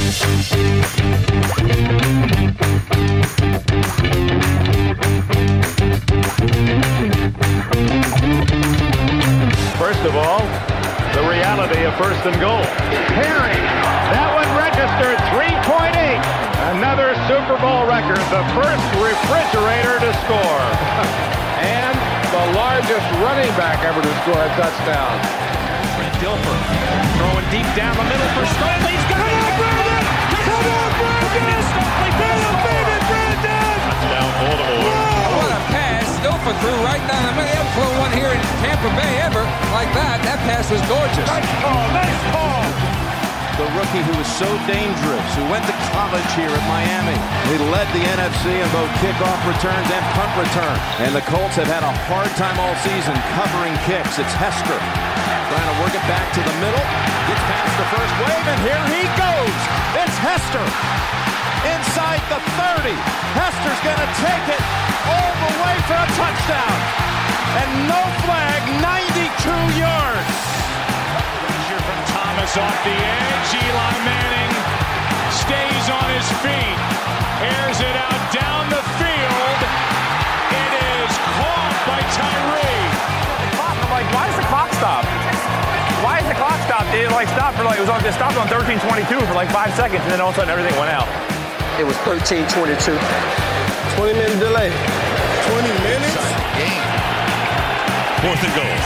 First of all, the reality of first and goal. Herring, that one registered 3.8. Another Super Bowl record, the first refrigerator to score. And the largest running back ever to score a touchdown. Brent Dilfer throwing deep down the middle for Stokely. He's got it! Brandon! Come on, Brandon! Stokely Brandon! Touchdown Baltimore. What a pass. Dilfer threw right down the middle. They haven't thrown one here in Tampa Bay ever like that. That pass was gorgeous. Nice call, nice call. The rookie who was so dangerous, who went to college here at Miami. He led the NFC in both kickoff returns and punt return. And the Colts have had a hard time all season covering kicks. It's Hester trying to work it back to the middle. Gets past the first wave, and here he goes. It's Hester inside the 30. Hester's going to take it all the way for a touchdown. And no flag, 92 yards. Pressure from Thomas off the edge. Eli Manning stays on his feet. Airs it out down the field. It is caught by Tyree. I'm like, why does the clock stop? Why is the clock stopped? It stopped for it stopped on 13:22 for 5 seconds, and then all of a sudden everything went out. It was 13:22. 20-minute delay. 20 minutes? Game. Fourth and goal.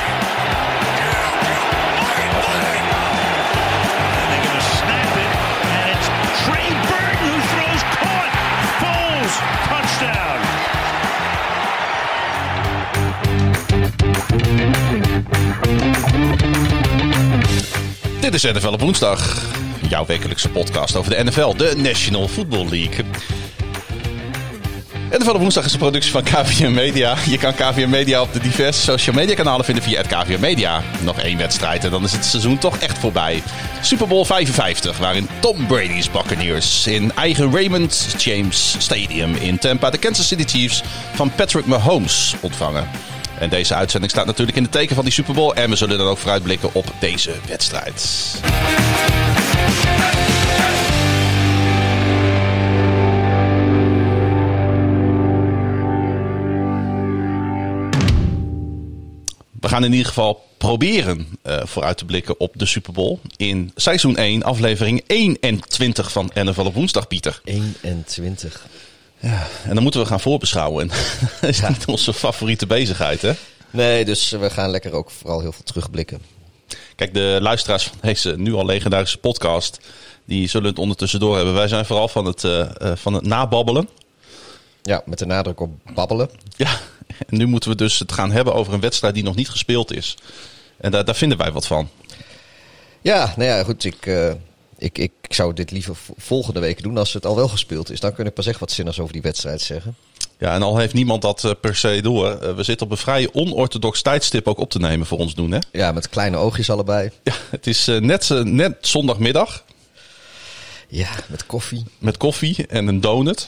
And they're going to snap it, and it's Trey Burton who throws caught. Foles, touchdown. Dit is NFL op woensdag. Jouw wekelijkse podcast over de NFL, de National Football League. NFL op woensdag is een productie van KVM Media. Je kan KVM Media op de diverse social media kanalen vinden via het KVM Media. Nog 1 wedstrijd en dan is het seizoen toch echt voorbij. Super Bowl 55, waarin Tom Brady's Buccaneers in eigen Raymond James Stadium in Tampa de Kansas City Chiefs van Patrick Mahomes ontvangen. En deze uitzending staat natuurlijk in het teken van die Super Bowl. En we zullen dan ook vooruitblikken op deze wedstrijd. We gaan in ieder geval proberen vooruit te blikken op de Super Bowl. In seizoen 1, aflevering 21 van NFL op woensdag, Pieter. 21. Ja, en dan moeten we gaan voorbeschouwen. Dat is niet onze favoriete bezigheid, hè? Nee, dus we gaan lekker ook vooral heel veel terugblikken. Kijk, de luisteraars van deze nu al legendarische podcast, die zullen het ondertussen door hebben. Wij zijn vooral van het nababbelen. Ja, met de nadruk op babbelen. Ja, en nu moeten we dus het gaan hebben over een wedstrijd die nog niet gespeeld is. En daar vinden wij wat van. Ja, nou ja, goed. Ik zou dit liever volgende week doen als het al wel gespeeld is. Dan kun ik pas echt wat zinnigs over die wedstrijd zeggen. Ja, en al heeft niemand dat per se door. We zitten op een vrij onorthodox tijdstip ook op te nemen voor ons doen, hè? Ja, met kleine oogjes allebei. Ja, het is net zondagmiddag. Ja, met koffie. Met koffie en een donut.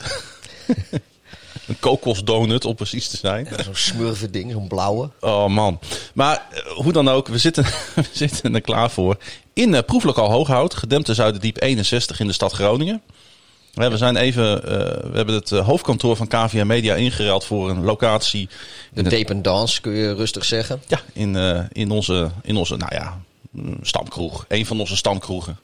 Een kokosdonut, om precies te zijn. Ja, zo'n smurven ding, zo'n blauwe. Oh man. Maar hoe dan ook, we zitten er klaar voor. In proeflokaal Hooghout, gedempte Zuiderdiep 61 in de stad Groningen. We hebben het hoofdkantoor van KVM Media ingeruild voor een locatie. De Tape and Dance, kun je rustig zeggen. Ja, in onze stamkroeg. Een van onze stamkroegen.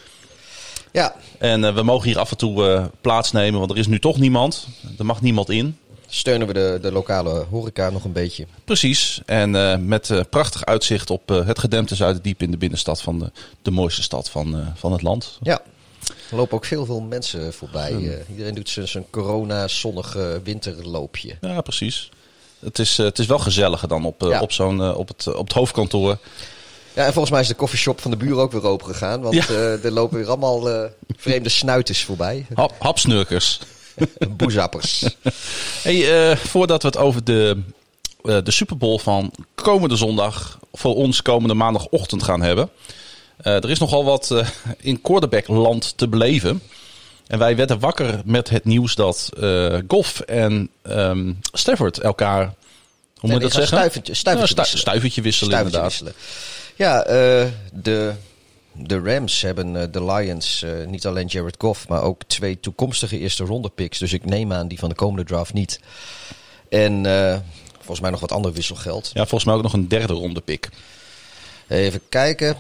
Ja. En we mogen hier af en toe plaatsnemen, want er is nu toch niemand. Er mag niemand in. Steunen we de lokale horeca nog een beetje. Precies. En met prachtig uitzicht op het gedempte Zuiderdiep in de binnenstad van de mooiste stad van het land. Ja. Er lopen ook veel mensen voorbij. Iedereen doet zijn corona-zonnig winterloopje. Ja, precies. Het is wel gezelliger dan op het hoofdkantoor. Ja, en volgens mij is de koffieshop van de buren ook weer open gegaan. Want er lopen weer allemaal vreemde snuiters voorbij. Hapsnurkers. Boezappers. Hey, voordat we het over de Super Bowl van komende zondag, voor ons komende maandagochtend gaan hebben. Er is nogal wat in quarterbackland te beleven. En wij werden wakker met het nieuws dat Goff en Stafford elkaar, hoe moet je dat zeggen? Stuivertje wisselen. Stuivertje wisselen, inderdaad. Ja, de de Rams hebben de Lions niet alleen Jared Goff, maar ook 2 toekomstige eerste ronde picks. Dus ik neem aan die van de komende draft niet. En volgens mij nog wat ander wisselgeld. Ja, volgens mij ook nog een 3e ronde pick. Even kijken.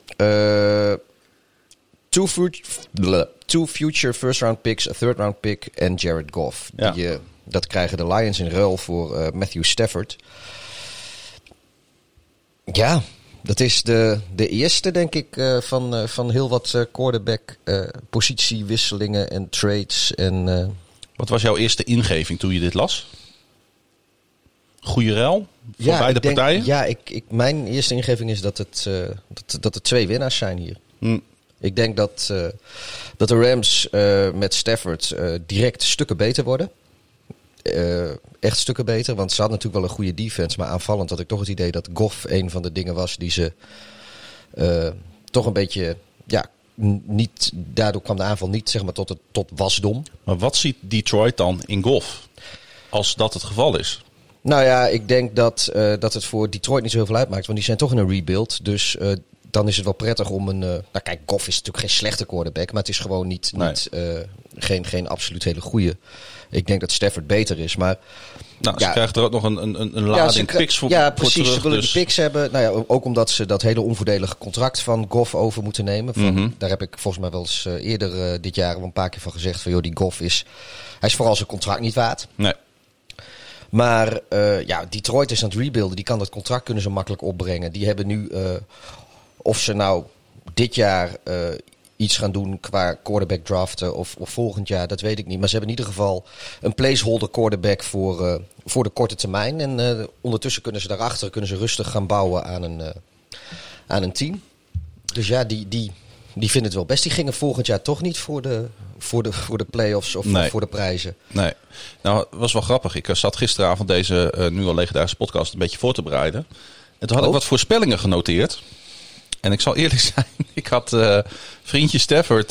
2 future first round picks, a 3rd round pick en Jared Goff. Ja. Dat krijgen de Lions in ruil voor Matthew Stafford. Ja, dat is de eerste, denk ik, van heel wat quarterback positiewisselingen en trades. Wat was jouw eerste ingeving toen je dit las? Goeie ruil voor beide partijen? Ja, mijn eerste ingeving is dat er 2 winnaars zijn hier. Ik denk dat de Rams met Stafford direct stukken beter worden. Echt stukken beter, want ze hadden natuurlijk wel een goede defense. Maar aanvallend had ik toch het idee dat Goff een van de dingen was die ze toch een beetje... Ja, niet, daardoor kwam de aanval niet zeg maar tot wasdom. Maar wat ziet Detroit dan in Goff? Als dat het geval is? Nou ja, ik denk dat het voor Detroit niet zo heel veel uitmaakt. Want die zijn toch in een rebuild. Dus dan is het wel prettig om een... nou kijk, Goff is natuurlijk geen slechte quarterback. Maar het is gewoon geen absoluut hele goede. Ik denk dat Stafford beter is. Maar nou, ze krijgen er ook nog een lading picks voor. Ja, precies. Terug, ze willen dus de picks hebben. Nou ja, ook omdat ze dat hele onvoordelige contract van Goff over moeten nemen. Daar heb ik volgens mij wel eens eerder dit jaar wel een paar keer van gezegd. Van joh, die Goff hij is vooral zijn contract niet waard. Nee. Maar Detroit is aan het rebuilden. Die kan dat contract kunnen ze makkelijk opbrengen. Die hebben nu, of ze nou dit jaar iets gaan doen qua quarterback draften of volgend jaar, dat weet ik niet. Maar ze hebben in ieder geval een placeholder quarterback voor de korte termijn. En ondertussen kunnen ze daarachter rustig gaan bouwen aan een team. Dus ja, die vinden het wel best. Die gingen volgend jaar toch niet voor de play-offs of voor de prijzen. Nee. Nou, het was wel grappig. Ik zat gisteravond deze nu al legendarische podcast een beetje voor te bereiden. En toen had ik wat voorspellingen genoteerd. En ik zal eerlijk zijn, ik had vriendje Stafford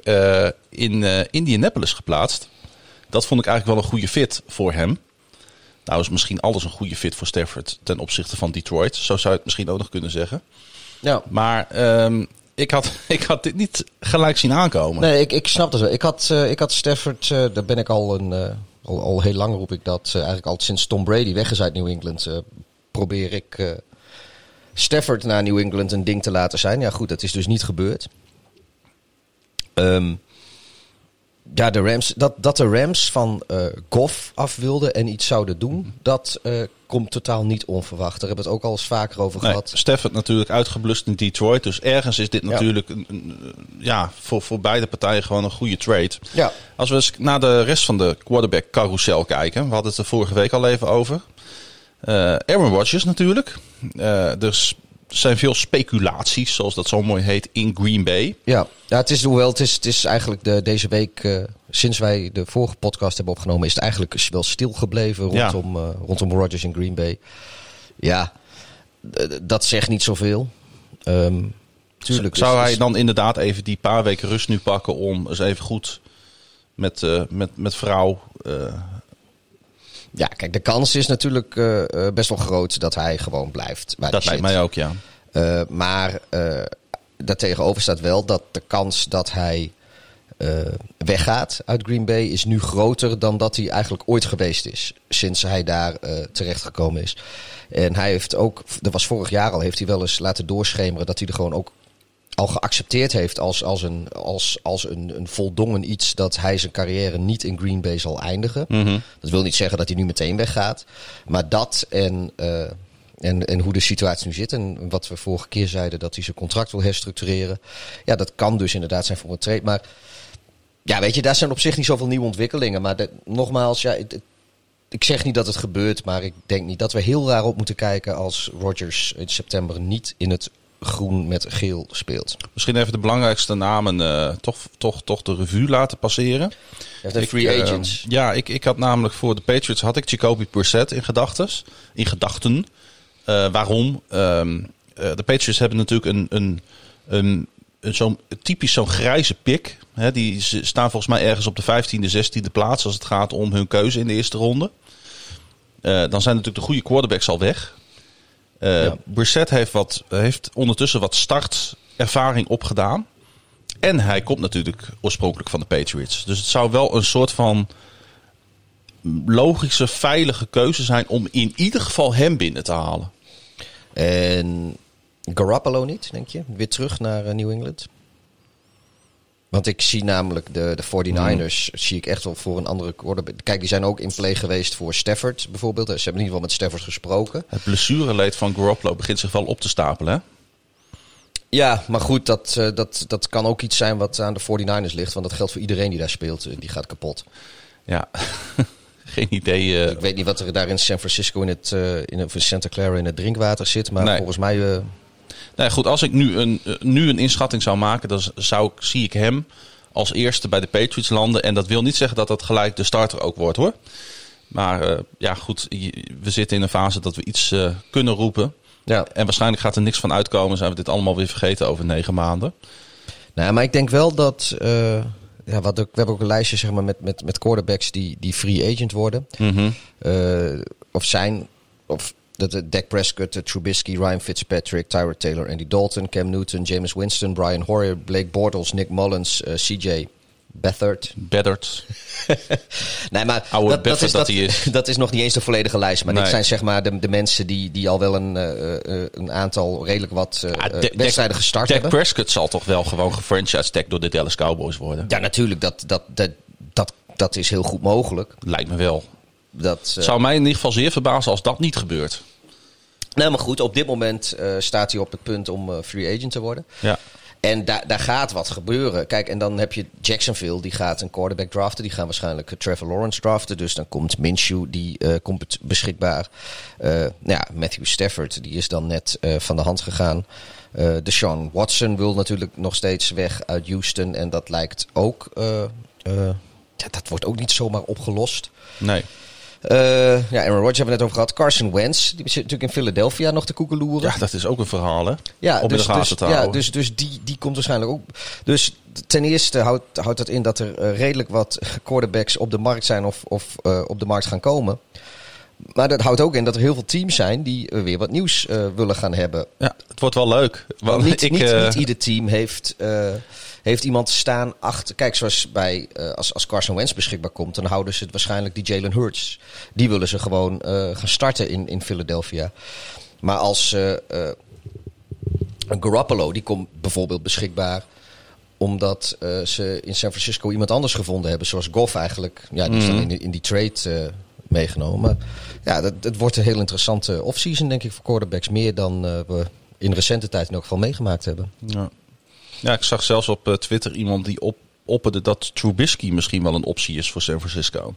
in Indianapolis geplaatst. Dat vond ik eigenlijk wel een goede fit voor hem. Nou is misschien alles een goede fit voor Stafford ten opzichte van Detroit. Zo zou je het misschien ook nog kunnen zeggen. Ja. Maar ik had dit niet gelijk zien aankomen. Nee, ik snap dat wel. Ik had Stafford, daar ben ik al heel lang roep ik dat. Eigenlijk al sinds Tom Brady weg is uit New England. Probeer ik Stafford naar New England een ding te laten zijn. Ja goed, dat is dus niet gebeurd. Ja, dat de Rams van Goff af wilden en iets zouden doen, dat komt totaal niet onverwacht. Daar hebben we het ook al eens vaker over gehad. Stafford natuurlijk uitgeblust in Detroit. Dus ergens is dit natuurlijk voor beide partijen gewoon een goede trade. Ja. Als we eens naar de rest van de quarterback carousel kijken. We hadden het er vorige week al even over. Aaron Rodgers natuurlijk. Er zijn veel speculaties, zoals dat zo mooi heet, in Green Bay. Ja, het is eigenlijk deze week, sinds wij de vorige podcast hebben opgenomen, is het eigenlijk wel stilgebleven rondom Rodgers in Green Bay. Ja, dat zegt niet zoveel. Tuurlijk. Zou hij dan inderdaad even die paar weken rust nu pakken om eens even goed met vrouw... Ja, kijk, de kans is natuurlijk best wel groot dat hij gewoon blijft. Dat lijkt mij ook, ja. Maar daartegenover staat wel dat de kans dat hij weggaat uit Green Bay is nu groter dan dat hij eigenlijk ooit geweest is. Sinds hij daar terechtgekomen is. En hij heeft ook, dat was vorig jaar al, heeft hij wel eens laten doorschemeren dat hij er gewoon ook al geaccepteerd heeft als een voldongen iets dat hij zijn carrière niet in Green Bay zal eindigen. Mm-hmm. Dat wil niet zeggen dat hij nu meteen weggaat. Maar dat en hoe de situatie nu zit en wat we vorige keer zeiden dat hij zijn contract wil herstructureren. Ja, dat kan dus inderdaad zijn voor een trade. Maar ja, weet je, daar zijn op zich niet zoveel nieuwe ontwikkelingen. Maar nogmaals, ja, ik zeg niet dat het gebeurt, maar ik denk niet dat we heel raar op moeten kijken als Rodgers in september niet in het groen met geel speelt. Misschien even de belangrijkste namen toch de revue laten passeren. Ja, de free agents. Ik had namelijk voor de Patriots had ik Jacoby Brissett in gedachten. Waarom? De Patriots hebben natuurlijk zo'n grijze pik. Hè, die staan volgens mij ergens op de 15e, 16e plaats als het gaat om hun keuze in de eerste ronde. Dan zijn natuurlijk de goede quarterbacks al weg. Brissett heeft ondertussen wat ervaring opgedaan. En hij komt natuurlijk oorspronkelijk van de Patriots. Dus het zou wel een soort van logische, veilige keuze zijn om in ieder geval hem binnen te halen. En Garoppolo niet, denk je? Weer terug naar New England? Want ik zie namelijk de 49ers zie ik echt wel voor een andere quarterback. Kijk, die zijn ook in play geweest voor Stafford bijvoorbeeld. Ze hebben in ieder geval met Stafford gesproken. Het blessureleed van Garoppolo begint zich wel op te stapelen, hè? Ja, maar goed, dat kan ook iets zijn wat aan de 49ers ligt. Want dat geldt voor iedereen die daar speelt. Die gaat kapot. Ja, geen idee. Ik weet niet wat er daar in San Francisco in Santa Clara in het drinkwater zit. Maar volgens mij... Nee, goed, als ik nu een inschatting zou maken, dan zie ik hem als eerste bij de Patriots landen. En dat wil niet zeggen dat dat gelijk de starter ook wordt, hoor. Maar ja, goed, we zitten in een fase dat we iets kunnen roepen. Ja. En waarschijnlijk gaat er niks van uitkomen. Zijn we dit allemaal weer vergeten over 9 maanden. Nou, maar ik denk wel dat... we hebben ook een lijstje zeg maar, met quarterbacks die free agent worden. Mm-hmm. Of Dak Prescott, Trubisky, Ryan Fitzpatrick, Tyrod Taylor, Andy Dalton, Cam Newton, Jameis Winston, Brian Hoyer, Blake Bortles, Nick Mullins, CJ Beathard. Nee, maar dat is nog niet eens de volledige lijst. Maar dit zijn zeg maar de mensen die al wel een aantal redelijk wat wedstrijden gestart hebben. Dak Prescott zal toch wel gewoon gefranchise-tagged door de Dallas Cowboys worden? Ja, natuurlijk. Dat is heel goed mogelijk. Lijkt me wel. Zou mij in ieder geval zeer verbazen als dat niet gebeurt. Nou, maar goed, op dit moment staat hij op het punt om free agent te worden. Ja. En daar gaat wat gebeuren. Kijk, en dan heb je Jacksonville, die gaat een quarterback draften. Die gaan waarschijnlijk Trevor Lawrence draften. Dus dan komt Minshew, die komt beschikbaar. Matthew Stafford, die is dan net van de hand gegaan. Deshaun Watson wil natuurlijk nog steeds weg uit Houston. En dat lijkt ook... dat wordt ook niet zomaar opgelost. Nee. Aaron Rodgers hebben we net over gehad. Carson Wentz, die zit natuurlijk in Philadelphia nog te koekeloeren. Ja, dat is ook een verhaal, hè? Ja, om in de gaten te houden. Ja, dus die komt waarschijnlijk ook. Dus ten eerste houdt dat in dat er redelijk wat quarterbacks op de markt zijn of op de markt gaan komen. Maar dat houdt ook in dat er heel veel teams zijn die weer wat nieuws willen gaan hebben. Ja, het wordt wel leuk. Want niet ieder team heeft iemand staan achter. Kijk, zoals als Carson Wentz beschikbaar komt, dan houden ze het waarschijnlijk die Jalen Hurts. Die willen ze gewoon gaan starten in Philadelphia. Maar als een Garoppolo, die komt bijvoorbeeld beschikbaar omdat ze in San Francisco iemand anders gevonden hebben. Zoals Goff eigenlijk. Ja, die is dan in die trade meegenomen. Ja, het wordt een heel interessante offseason, denk ik, voor quarterbacks. Meer dan we in recente tijd in elk geval meegemaakt hebben. Ja, ik zag zelfs op Twitter iemand die opperde dat Trubisky misschien wel een optie is voor San Francisco.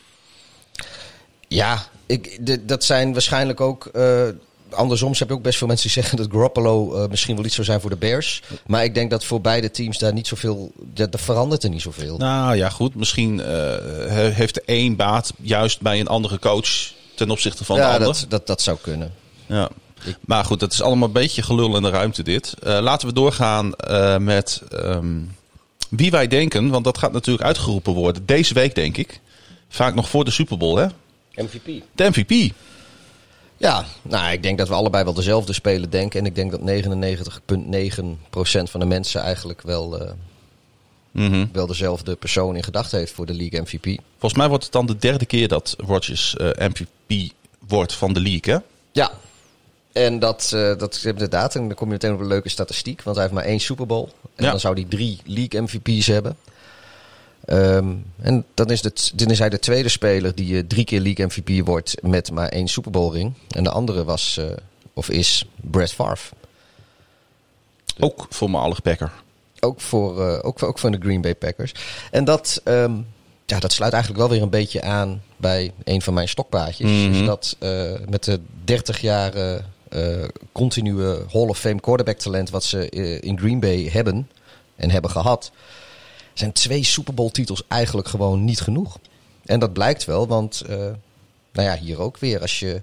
Ja, dat zijn waarschijnlijk ook... andersom heb je ook best veel mensen die zeggen dat Garoppolo misschien wel iets zou zijn voor de Bears. Maar ik denk dat voor beide teams daar niet zoveel... Dat verandert er niet zoveel. Nou ja, goed. Misschien heeft de een baat juist bij een andere coach ten opzichte van de ander. Ja, dat zou kunnen. Ja. Maar goed, dat is allemaal een beetje gelul in de ruimte dit. Laten we doorgaan met wie wij denken. Want dat gaat natuurlijk uitgeroepen worden. Deze week, denk ik. Vaak nog voor de Super Bowl, hè? MVP. De MVP. Ja, nou, ik denk dat we allebei wel dezelfde speler denken. En ik denk dat 99,9% van de mensen eigenlijk wel dezelfde persoon in gedachten heeft voor de League MVP. Volgens mij wordt het dan de 3e keer dat Rodgers MVP wordt van de League, hè? Ja. En dat is inderdaad, en dan kom je meteen op een leuke statistiek. Want hij heeft maar 1 Super Bowl. En dan zou hij 3 League MVP's hebben. En dan is hij de tweede speler die 3 keer League MVP wordt met maar 1 Super Bowl ring. En de andere is Brett Favre. Ook voormalig Packer. Ook voor de Green Bay Packers. En dat sluit eigenlijk wel weer een beetje aan bij een van mijn stokpaardjes. Dus dat met de 30 jaar continue Hall of Fame quarterback talent wat ze in Green Bay hebben en hebben gehad, zijn 2 Super Bowl titels eigenlijk gewoon niet genoeg. En dat blijkt wel, want hier ook weer. Als je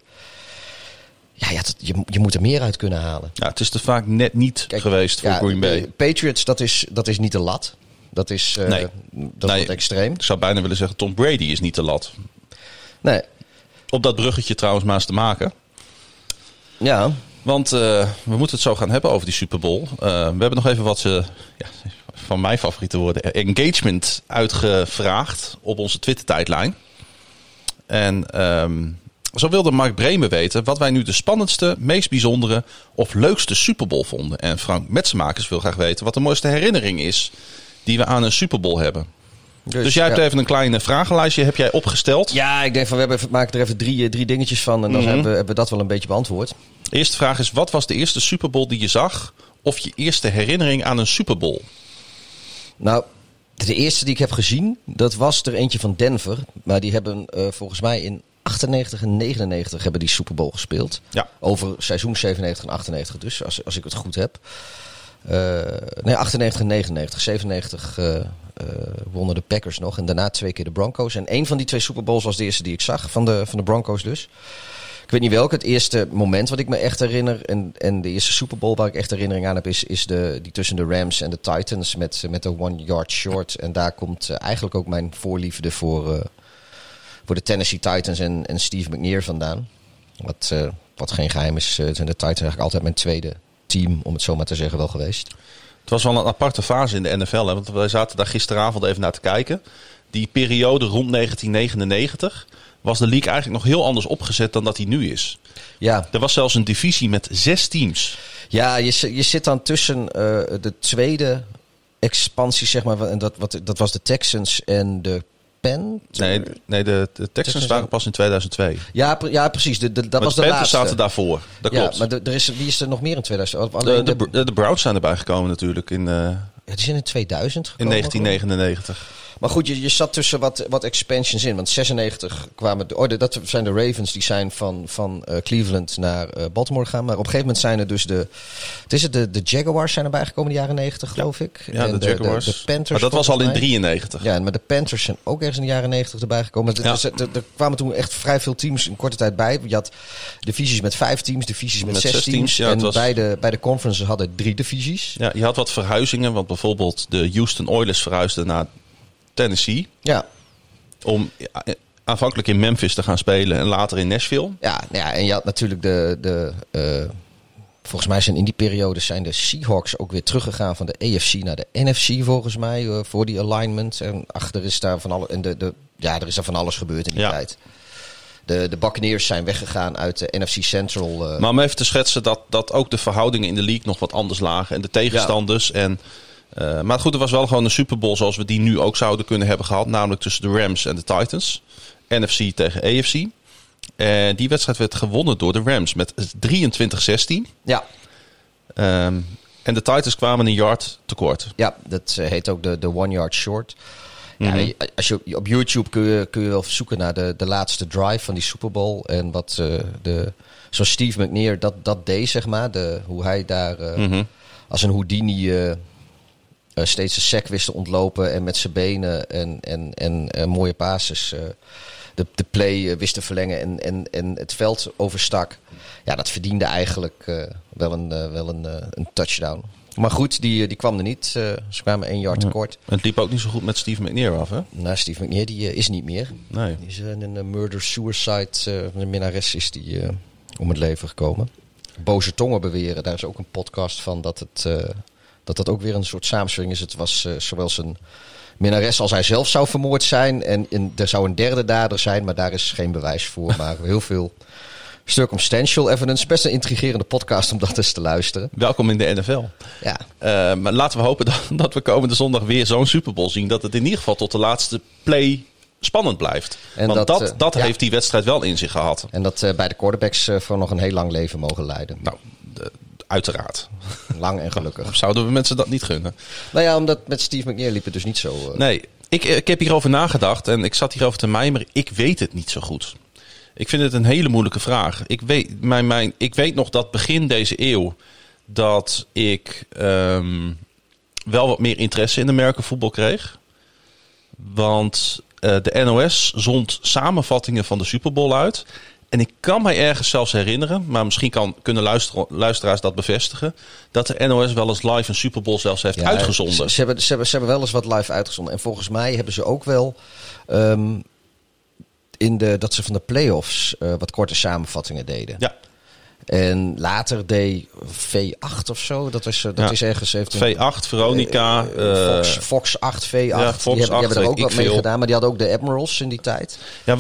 moet er meer uit kunnen halen. Ja, het is er vaak net niet geweest voor Green Bay. Patriots, dat is niet de lat. Dat is wordt extreem. Ik zou bijna willen zeggen, Tom Brady is niet de lat. Nee. Op dat bruggetje trouwens maar eens te maken. Ja. Want we moeten het zo gaan hebben over die Super Bowl. We hebben nog even wat van mijn favoriete woorden engagement uitgevraagd op onze Twitter-tijdlijn. En zo wilde Mark Bremen weten wat wij nu de spannendste, meest bijzondere of leukste Super Bowl vonden. En Frank Metsenmakers wil graag weten wat de mooiste herinnering is die we aan een Super Bowl hebben. Dus jij hebt even een kleine vragenlijstje heb jij opgesteld. Ja, ik denk van we maken er even drie dingetjes van en dan hebben we dat wel een beetje beantwoord. De eerste vraag is, wat was de eerste Super Bowl die je zag? Of je eerste herinnering aan een Super Bowl? Nou, de eerste die ik heb gezien, dat was er eentje van Denver. Maar die hebben volgens mij in 98 en 99 hebben die Super Bowl gespeeld. Ja. Over seizoen 97 en 98 dus, als ik het goed heb. 98 en 99. 97 wonnen de Packers nog en daarna 2 keer de Broncos. En één van die 2 Super Bowls was de eerste die ik zag, van de Broncos dus. Ik weet niet welke. Het eerste moment wat ik me echt herinner en de eerste Super Bowl waar ik echt herinnering aan heb is die tussen de Rams en de Titans met de 1 yard short. En daar komt eigenlijk ook mijn voorliefde voor de Tennessee Titans en Steve McNair vandaan. Wat geen geheim is, zijn de Titans eigenlijk altijd mijn tweede team, om het zo maar te zeggen, wel geweest. Het was wel een aparte fase in de NFL, hè? Want wij zaten daar gisteravond even naar te kijken. Die periode rond 1999 was de league eigenlijk nog heel anders opgezet dan dat hij nu is. Ja. Er was zelfs een divisie met 6 teams. Ja, je zit dan tussen de tweede expansie, zeg maar. En dat was de Texans en de Panthers. Nee, de Texans waren pas in 2002. Ja, precies. Dat was de laatste. De Panthers zaten daarvoor. Dat klopt. Ja, maar wie is er nog meer in 2000? De Browns zijn erbij gekomen natuurlijk. Die zijn in 2000 gekomen. In 1999. Maar goed, je zat tussen wat expansions in. Want 96 kwamen... dat zijn de Ravens. Die zijn van Cleveland naar Baltimore gegaan. Maar op een gegeven moment zijn er dus de Jaguars zijn erbij gekomen in de jaren 90, geloof ik. Ja, en de Jaguars. De Panthers. Maar dat was al in 93. Ja, maar de Panthers zijn ook ergens in de jaren 90 erbij gekomen. Dus er kwamen toen echt vrij veel teams in korte tijd bij. Je had divisies met 5 teams, divisies met 6 teams. Ja, en beide conferences hadden 3 divisies. Ja, je had wat verhuizingen. Want bijvoorbeeld de Houston Oilers verhuisden naar Tennessee. Ja. Om aanvankelijk in Memphis te gaan spelen en later in Nashville. Ja, en je had natuurlijk volgens mij zijn in die periode zijn de Seahawks ook weer teruggegaan van de AFC naar de NFC volgens mij voor die alignment. En achter is daar van alles er is daar van alles gebeurd in die tijd. De Buccaneers zijn weggegaan uit de NFC Central. Maar om even te schetsen dat ook de verhoudingen in de league nog wat anders lagen en de tegenstanders. Ja. Maar goed, er was wel gewoon een Super Bowl zoals we die nu ook zouden kunnen hebben gehad. Namelijk tussen de Rams en de Titans. NFC tegen AFC. En die wedstrijd werd gewonnen door de Rams met 23-16. Ja. En de Titans kwamen een yard tekort. Ja, dat heet ook de 1 yard short. Ja, als je op YouTube kun je wel zoeken naar de laatste drive van die Super Bowl. En wat zoals Steve McNair dat deed, zeg maar. Hoe hij daar als een Houdini... steeds een sack wist te ontlopen en met zijn benen en mooie passes de play wist te verlengen en het veld overstak. Ja, dat verdiende eigenlijk wel een touchdown. Maar goed, die kwam er niet. Ze kwamen 1 yard tekort. Het liep ook niet zo goed met Steve McNair af, hè? Nou, Steve McNair die is niet meer. Nee. Die is in een murder-suicide. Een minnares is die om het leven gekomen. Boze tongen beweren. Daar is ook een podcast van dat ook weer een soort samenswering is. Het was zowel zijn minnares als hij zelf zou vermoord zijn. En er zou een derde dader zijn, maar daar is geen bewijs voor. Maar heel veel circumstantial evidence. Best een intrigerende podcast om dat eens te luisteren. Welkom in de NFL. Ja. Maar laten we hopen dat we komende zondag weer zo'n Super Bowl zien. Dat het in ieder geval tot de laatste play spannend blijft. En want dat heeft die wedstrijd wel in zich gehad. En dat beide quarterbacks voor nog een heel lang leven mogen leiden. Nou, uiteraard. Lang en gelukkig. Of zouden we mensen dat niet gunnen? Nou ja, omdat met Steve McNair liep het dus niet zo... Nee, ik heb hierover nagedacht en ik zat hierover te mijmeren. Ik weet het niet zo goed. Ik vind het een hele moeilijke vraag. Ik weet nog dat begin deze eeuw dat ik wel wat meer interesse in de Amerikaanvoetbal kreeg. Want de NOS zond samenvattingen van de Super Bowl uit. En ik kan mij ergens zelfs herinneren, maar misschien kunnen luisteraars dat bevestigen, dat de NOS wel eens live een Super Bowl zelfs heeft uitgezonden. Ze hebben wel eens wat live uitgezonden. En volgens mij hebben ze ook wel dat ze van de playoffs wat korte samenvattingen deden. Ja. En later deed V8 of zo. Dat is ergens... V8, Veronica. Fox 8, V8. Ja, Fox die hebben er ook wat mee veel gedaan. Maar die hadden ook de Admirals in die tijd. Ja,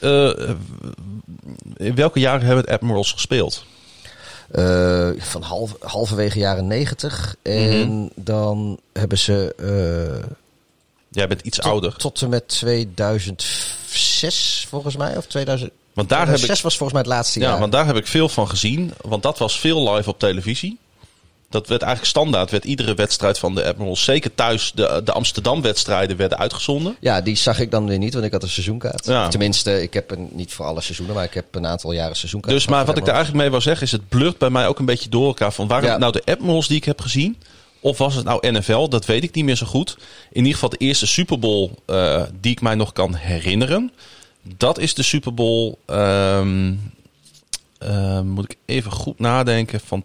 in welke jaren hebben het Admirals gespeeld? Van halverwege jaren 90. En dan hebben ze... Jij bent iets ouder. Tot en met 2006 volgens mij. Of 2000... Want daar 2006 was volgens mij het laatste jaar. Ja, want daar heb ik veel van gezien. Want dat was veel live op televisie. Dat werd eigenlijk standaard. Werd iedere wedstrijd van de Admirals, zeker thuis, de Amsterdam-wedstrijden werden uitgezonden. Ja, die zag ik dan weer niet, want ik had een seizoenkaart. Ja. Tenminste, ik heb niet voor alle seizoenen, maar ik heb een aantal jaren seizoenkaart. Dus, maar wat ik daar eigenlijk mee wil zeggen is, het blurt bij mij ook een beetje door elkaar. Van waren het nou de Admirals die ik heb gezien? Of was het nou NFL? Dat weet ik niet meer zo goed. In ieder geval de eerste Super Bowl die ik mij nog kan herinneren. Dat is de Super Bowl, moet ik even goed nadenken, van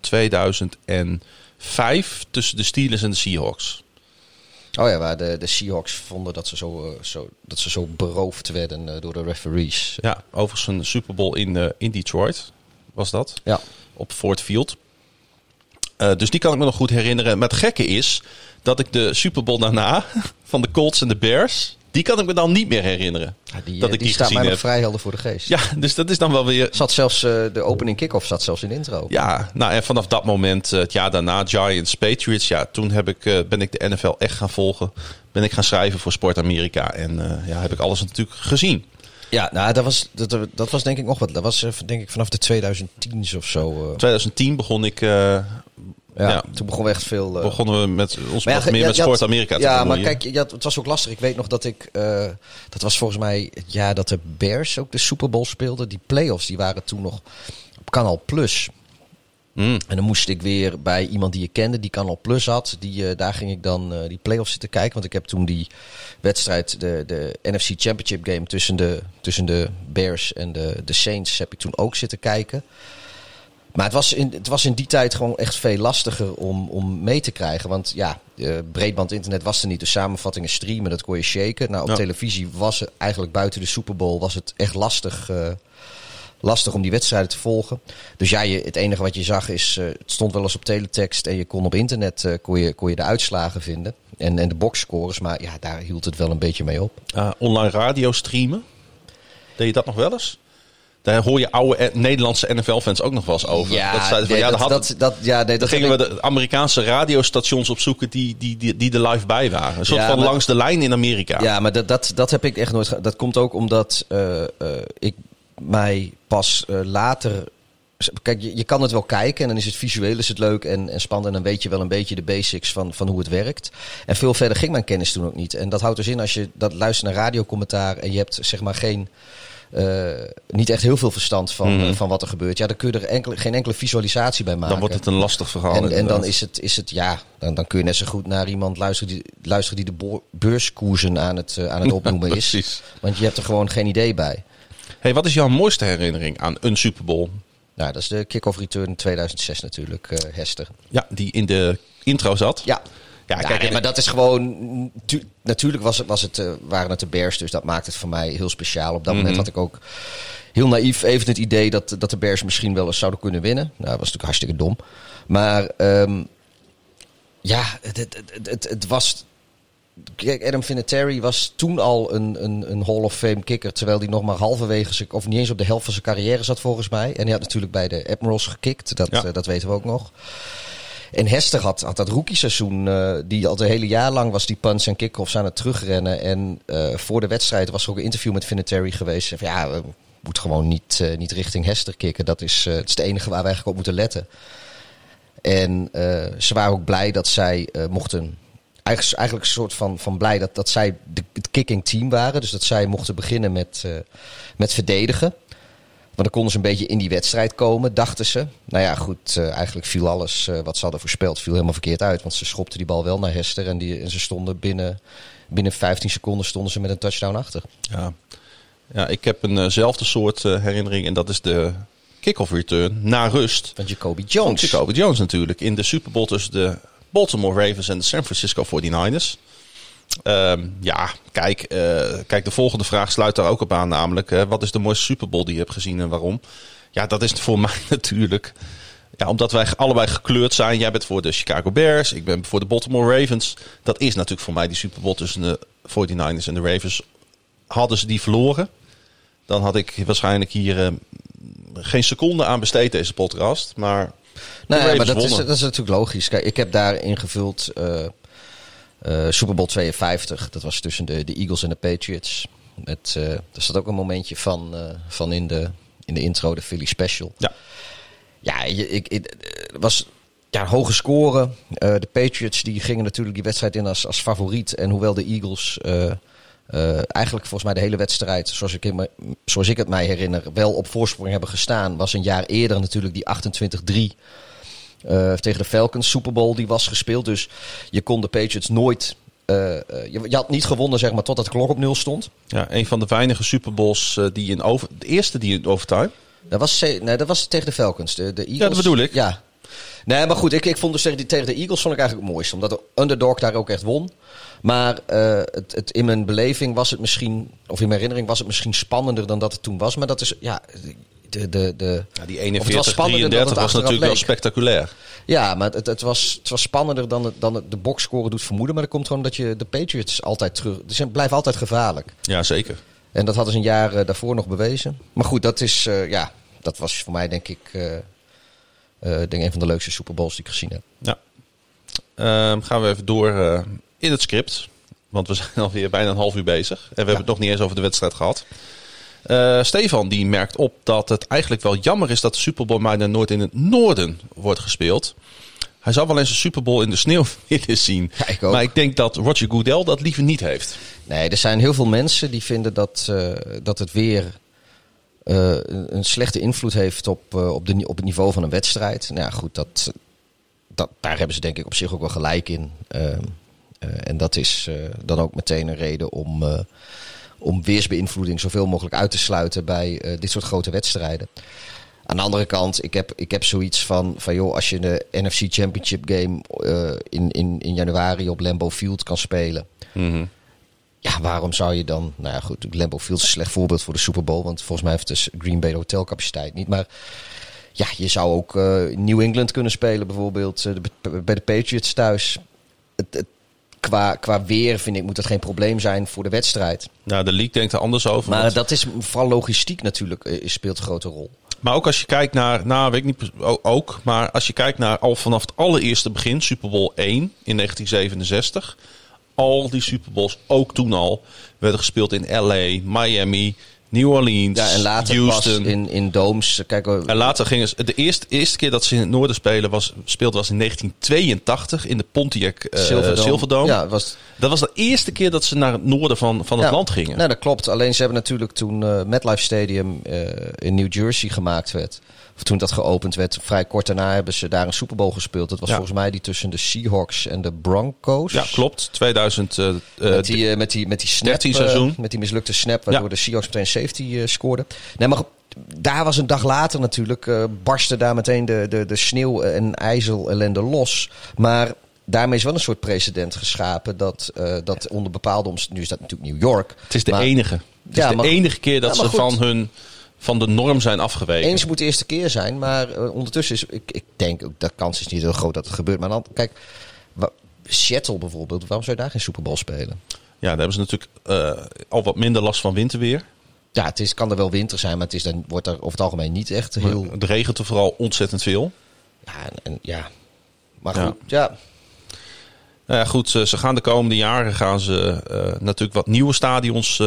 2005 tussen de Steelers en de Seahawks. Oh ja, waar de Seahawks vonden dat ze zo beroofd werden door de referees. Ja, overigens een Super Bowl in Detroit was dat. Ja. Op Ford Field. Dus die kan ik me nog goed herinneren. Maar het gekke is dat ik de Super Bowl daarna van de Colts en de Bears, die kan ik me dan niet meer herinneren. Ja, die staat mij nog heb. vrij helder voor de geest. Ja, dus dat is dan wel weer... Zat zelfs de opening kick-off zat zelfs in de intro. Ja, nou en vanaf dat moment, het jaar daarna, Giants, Patriots. Ja, toen ben ik de NFL echt gaan volgen. Ben ik gaan schrijven voor Sport Amerika. En heb ik alles natuurlijk gezien. Ja, nou, dat was denk ik nog wat. Dat was denk ik vanaf de 2010's of zo. 2010 begon ik... Toen begonnen we echt veel... begonnen we met ons met Sport Amerika te doen. Ja, maar kijk, het was ook lastig. Ik weet nog dat ik... dat was volgens mij het jaar dat de Bears ook de Super Bowl speelden. Die playoffs, die waren toen nog op Canal Plus. En dan moest ik weer bij iemand die je kende, die Canal Plus had. Daar ging ik dan die playoffs zitten kijken. Want ik heb toen die wedstrijd, de NFC Championship game tussen de Bears en de Saints, heb ik toen ook zitten kijken. Maar het was in die tijd gewoon echt veel lastiger om mee te krijgen. Want ja, breedband internet was er niet. De samenvattingen streamen, dat kon je shaken. Nou, op televisie was het eigenlijk buiten de Super Bowl was het echt lastig om die wedstrijden te volgen. Dus ja, het enige wat je zag is, het stond wel eens op teletext en je kon op internet kon je de uitslagen vinden. En de boxscores, maar ja, daar hield het wel een beetje mee op. Online radio streamen, deed je dat nog wel eens? Daar hoor je oude Nederlandse NFL-fans ook nog wel eens over. Ja, dan gingen we de Amerikaanse radiostations opzoeken die er live bij waren. Een soort van langs de lijn in Amerika. Ja, maar dat heb ik echt nooit... Dat komt ook omdat ik mij pas later... Kijk, je kan het wel kijken en dan is het visueel is het leuk en spannend. En dan weet je wel een beetje de basics van hoe het werkt. En veel verder ging mijn kennis toen ook niet. En dat houdt dus in als je dat luistert naar radiocommentaar en je hebt zeg maar niet echt heel veel verstand van wat er gebeurt. Ja, dan kun je er geen enkele visualisatie bij maken. Dan wordt het een lastig verhaal. En dan is het dan kun je net zo goed naar iemand luisteren die de beurskoersen aan het opnoemen is. Precies. Want je hebt er gewoon geen idee bij. Hey, wat is jouw mooiste herinnering aan een Super Bowl? Nou, dat is de kick-off return in 2006 natuurlijk, Hester. Ja, die in de intro zat. Ja. Ja, kijk, nee, maar dat is gewoon... Natuurlijk waren het de Bears, dus dat maakt het voor mij heel speciaal. Op dat moment had ik ook heel naïef even het idee dat de Bears misschien wel eens zouden kunnen winnen. Nou, dat was natuurlijk hartstikke dom. Maar het was... Kijk, Adam Vinatieri was toen al een Hall of Fame kicker, terwijl hij nog maar halverwege, of niet eens op de helft van zijn carrière zat volgens mij. En hij had natuurlijk bij de Admirals gekikt, dat weten we ook nog. En Hester had dat rookie-seizoen, die al het hele jaar lang was die punts en kick-offs aan het terugrennen. En voor de wedstrijd was er ook een interview met Vinatieri geweest. Van, ja, we moeten gewoon niet richting Hester kicken. Dat is het enige waar we eigenlijk op moeten letten. En ze waren ook blij dat zij mochten... Eigenlijk een soort van blij dat zij het kicking team waren. Dus dat zij mochten beginnen met verdedigen. Want dan konden ze een beetje in die wedstrijd komen, dachten ze. Nou ja, goed, eigenlijk viel alles wat ze hadden voorspeld viel helemaal verkeerd uit. Want ze schopten die bal wel naar Hester en ze stonden binnen 15 seconden stonden ze met een touchdown achter. Ja, ik heb eenzelfde soort herinnering en dat is de kick-off return na rust. Van Jacoby Jones. Van Jacoby Jones natuurlijk. In de Super Bowl tussen de Baltimore Ravens en de San Francisco 49ers. Kijk, de volgende vraag sluit daar ook op aan, namelijk wat is de mooiste Super Bowl die je hebt gezien en waarom? Ja, dat is voor mij natuurlijk. Ja, omdat wij allebei gekleurd zijn. Jij bent voor de Chicago Bears. Ik ben voor de Baltimore Ravens. Dat is natuurlijk voor mij die Super Bowl tussen de 49ers en de Ravens. Hadden ze die verloren, dan had ik waarschijnlijk hier geen seconde aan besteed, deze podcast. Maar, maar dat is natuurlijk logisch. Kijk, ik heb daar ingevuld Super Bowl 52. Dat was tussen de Eagles en de Patriots. Er staat ook een momentje van in de intro, de Philly Special. Ja. Ja, het was een hoge score. De Patriots die gingen natuurlijk die wedstrijd in als favoriet. En hoewel de Eagles eigenlijk volgens mij de hele wedstrijd, zoals ik het mij herinner, wel op voorsprong hebben gestaan, was een jaar eerder natuurlijk die 28-3 tegen de Falcons Super Bowl die was gespeeld. Dus je kon de Patriots nooit... je had niet gewonnen, zeg maar, totdat de klok op 0 stond. Ja, een van de weinige Super Bowls de eerste die in overtime. Dat was tegen de Falcons. De Eagles, ja, dat bedoel ik. Ja. Nee, maar goed, ik vond dus tegen de Eagles vond ik eigenlijk het mooiste. Omdat de underdog daar ook echt won. Maar in mijn beleving was het misschien, of in mijn herinnering was het misschien spannender dan dat het toen was. Maar dat is, ja... die 41-33 was natuurlijk wel spectaculair. Ja, maar het was spannender dan de boxscore doet vermoeden. Maar dat komt gewoon dat je de Patriots altijd terug... Ze blijven altijd gevaarlijk. Ja, zeker. En dat hadden ze een jaar daarvoor nog bewezen. Maar goed, dat is... dat was voor mij denk ik... een van de leukste Super Bowls die ik gezien heb. Ja. Gaan we even door in het script. Want we zijn alweer bijna een half uur bezig. En we hebben het nog niet eens over de wedstrijd gehad. Stefan die merkt op dat het eigenlijk wel jammer is dat de Super Bowl bijna nooit in het noorden wordt gespeeld. Hij zou wel eens een Super Bowl in de sneeuw willen zien. Ja, ik ook. Maar ik denk dat Roger Goodell dat liever niet heeft. Nee, er zijn heel veel mensen die vinden dat het weer een slechte invloed heeft op het niveau van een wedstrijd. Nou ja, goed, daar hebben ze denk ik op zich ook wel gelijk in. En dat is dan ook meteen een reden om weersbeïnvloeding zoveel mogelijk uit te sluiten bij dit soort grote wedstrijden. Aan de andere kant, ik heb zoiets van joh, als je de NFC Championship game in januari op Lambeau Field kan spelen. Mm-hmm. Ja, waarom zou je dan... Nou ja, goed, Lambeau Field is een slecht voorbeeld voor de Super Bowl. Want volgens mij heeft dus Green Bay de hotelcapaciteit niet. Maar ja, je zou ook New England kunnen spelen bijvoorbeeld. Bij de Patriots thuis. Qua weer vind ik moet dat geen probleem zijn voor de wedstrijd. Nou, de league denkt er anders over. Maar dat is vooral logistiek natuurlijk, speelt een grote rol. Maar ook als je kijkt naar, weet ik niet, ook. Maar als je kijkt naar al vanaf het allereerste begin, Super Bowl 1 in 1967... Al die Super Bowls, ook toen al, werden gespeeld in LA, Miami, New Orleans, ja, en later Houston. Pas in domes. Kijk, en later gingen ze... De eerste keer dat ze in het noorden speelden was in 1982 in de Pontiac Silverdome. Ja, dat was de eerste keer dat ze naar het noorden van het land gingen. Nou, dat klopt. Alleen ze hebben natuurlijk toen MetLife Stadium in New Jersey gemaakt werd. Of toen dat geopend werd, vrij kort daarna hebben ze daar een Super Bowl gespeeld. Dat was volgens mij die tussen de Seahawks en de Broncos. Ja, klopt. 2000. Met die snap, seizoen. met die mislukte snap, waardoor de Seahawks meteen safety scoorden. Nee, maar daar was een dag later natuurlijk, barstte daar meteen de sneeuw- en ijzel-ellende los. Maar daarmee is wel een soort precedent geschapen dat onder bepaalde omstandigheden... Nu is dat natuurlijk New York. Het is de enige. Het is de enige keer dat ze van de norm zijn afgeweken. Eens moet de eerste keer zijn, maar ondertussen is... Ik denk ook, dat kans is niet heel groot dat het gebeurt. Maar dan, kijk, Seattle bijvoorbeeld, waarom zou je daar geen Super Bowl spelen? Ja, daar hebben ze natuurlijk al wat minder last van winterweer. Ja, kan er wel winter zijn, maar dan wordt er over het algemeen niet echt heel... Het regent er vooral ontzettend veel. Ja, maar goed, ja. Nou ja, goed, ze gaan de komende jaren natuurlijk wat nieuwe stadions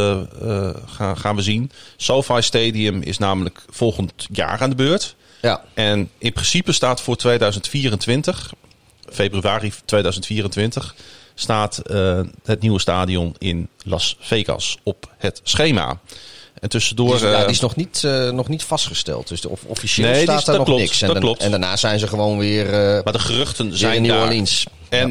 gaan we zien. SoFi Stadium is namelijk volgend jaar aan de beurt. Ja. En in principe staat voor 2024, februari 2024, staat het nieuwe stadion in Las Vegas op het schema. En tussendoor... die is nog niet vastgesteld. Dus officieel staat daar nog niks. En daarna zijn ze gewoon weer... maar de geruchten zijn in New Orleans.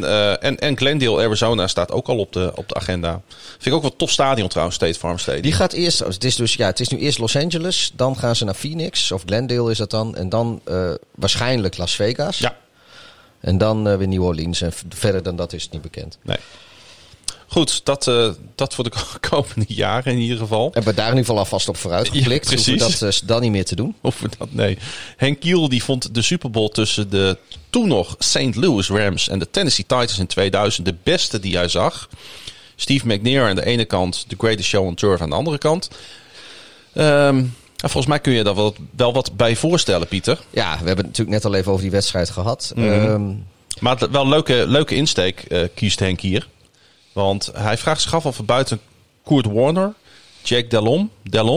En Glendale, Arizona staat ook al op de agenda. Vind ik ook wel een tof stadion trouwens, State Farm Stadium. Die gaat eerst... Het is nu eerst Los Angeles. Dan gaan ze naar Phoenix. Of Glendale is dat dan. En dan waarschijnlijk Las Vegas. Ja. En dan weer New Orleans. En verder dan dat is het niet bekend. Nee. Goed, dat voor de komende jaren in ieder geval. Hebben we daar in ieder geval alvast op vooruit geblikt. Ja, precies. Hoeven we dat dan niet meer te doen? Nee. Henk Kiel die vond de Super Bowl tussen de toen nog St. Louis Rams en de Tennessee Titans in 2000 de beste die hij zag. Steve McNair aan de ene kant, The Greatest Show on Turf aan de andere kant. Volgens mij kun je daar wel wat bij voorstellen, Pieter. Ja, we hebben het natuurlijk net al even over die wedstrijd gehad. Maar wel leuke insteek kiest Henk hier. Want hij vraagt zich af of er buiten Kurt Warner, Jack Delhomme,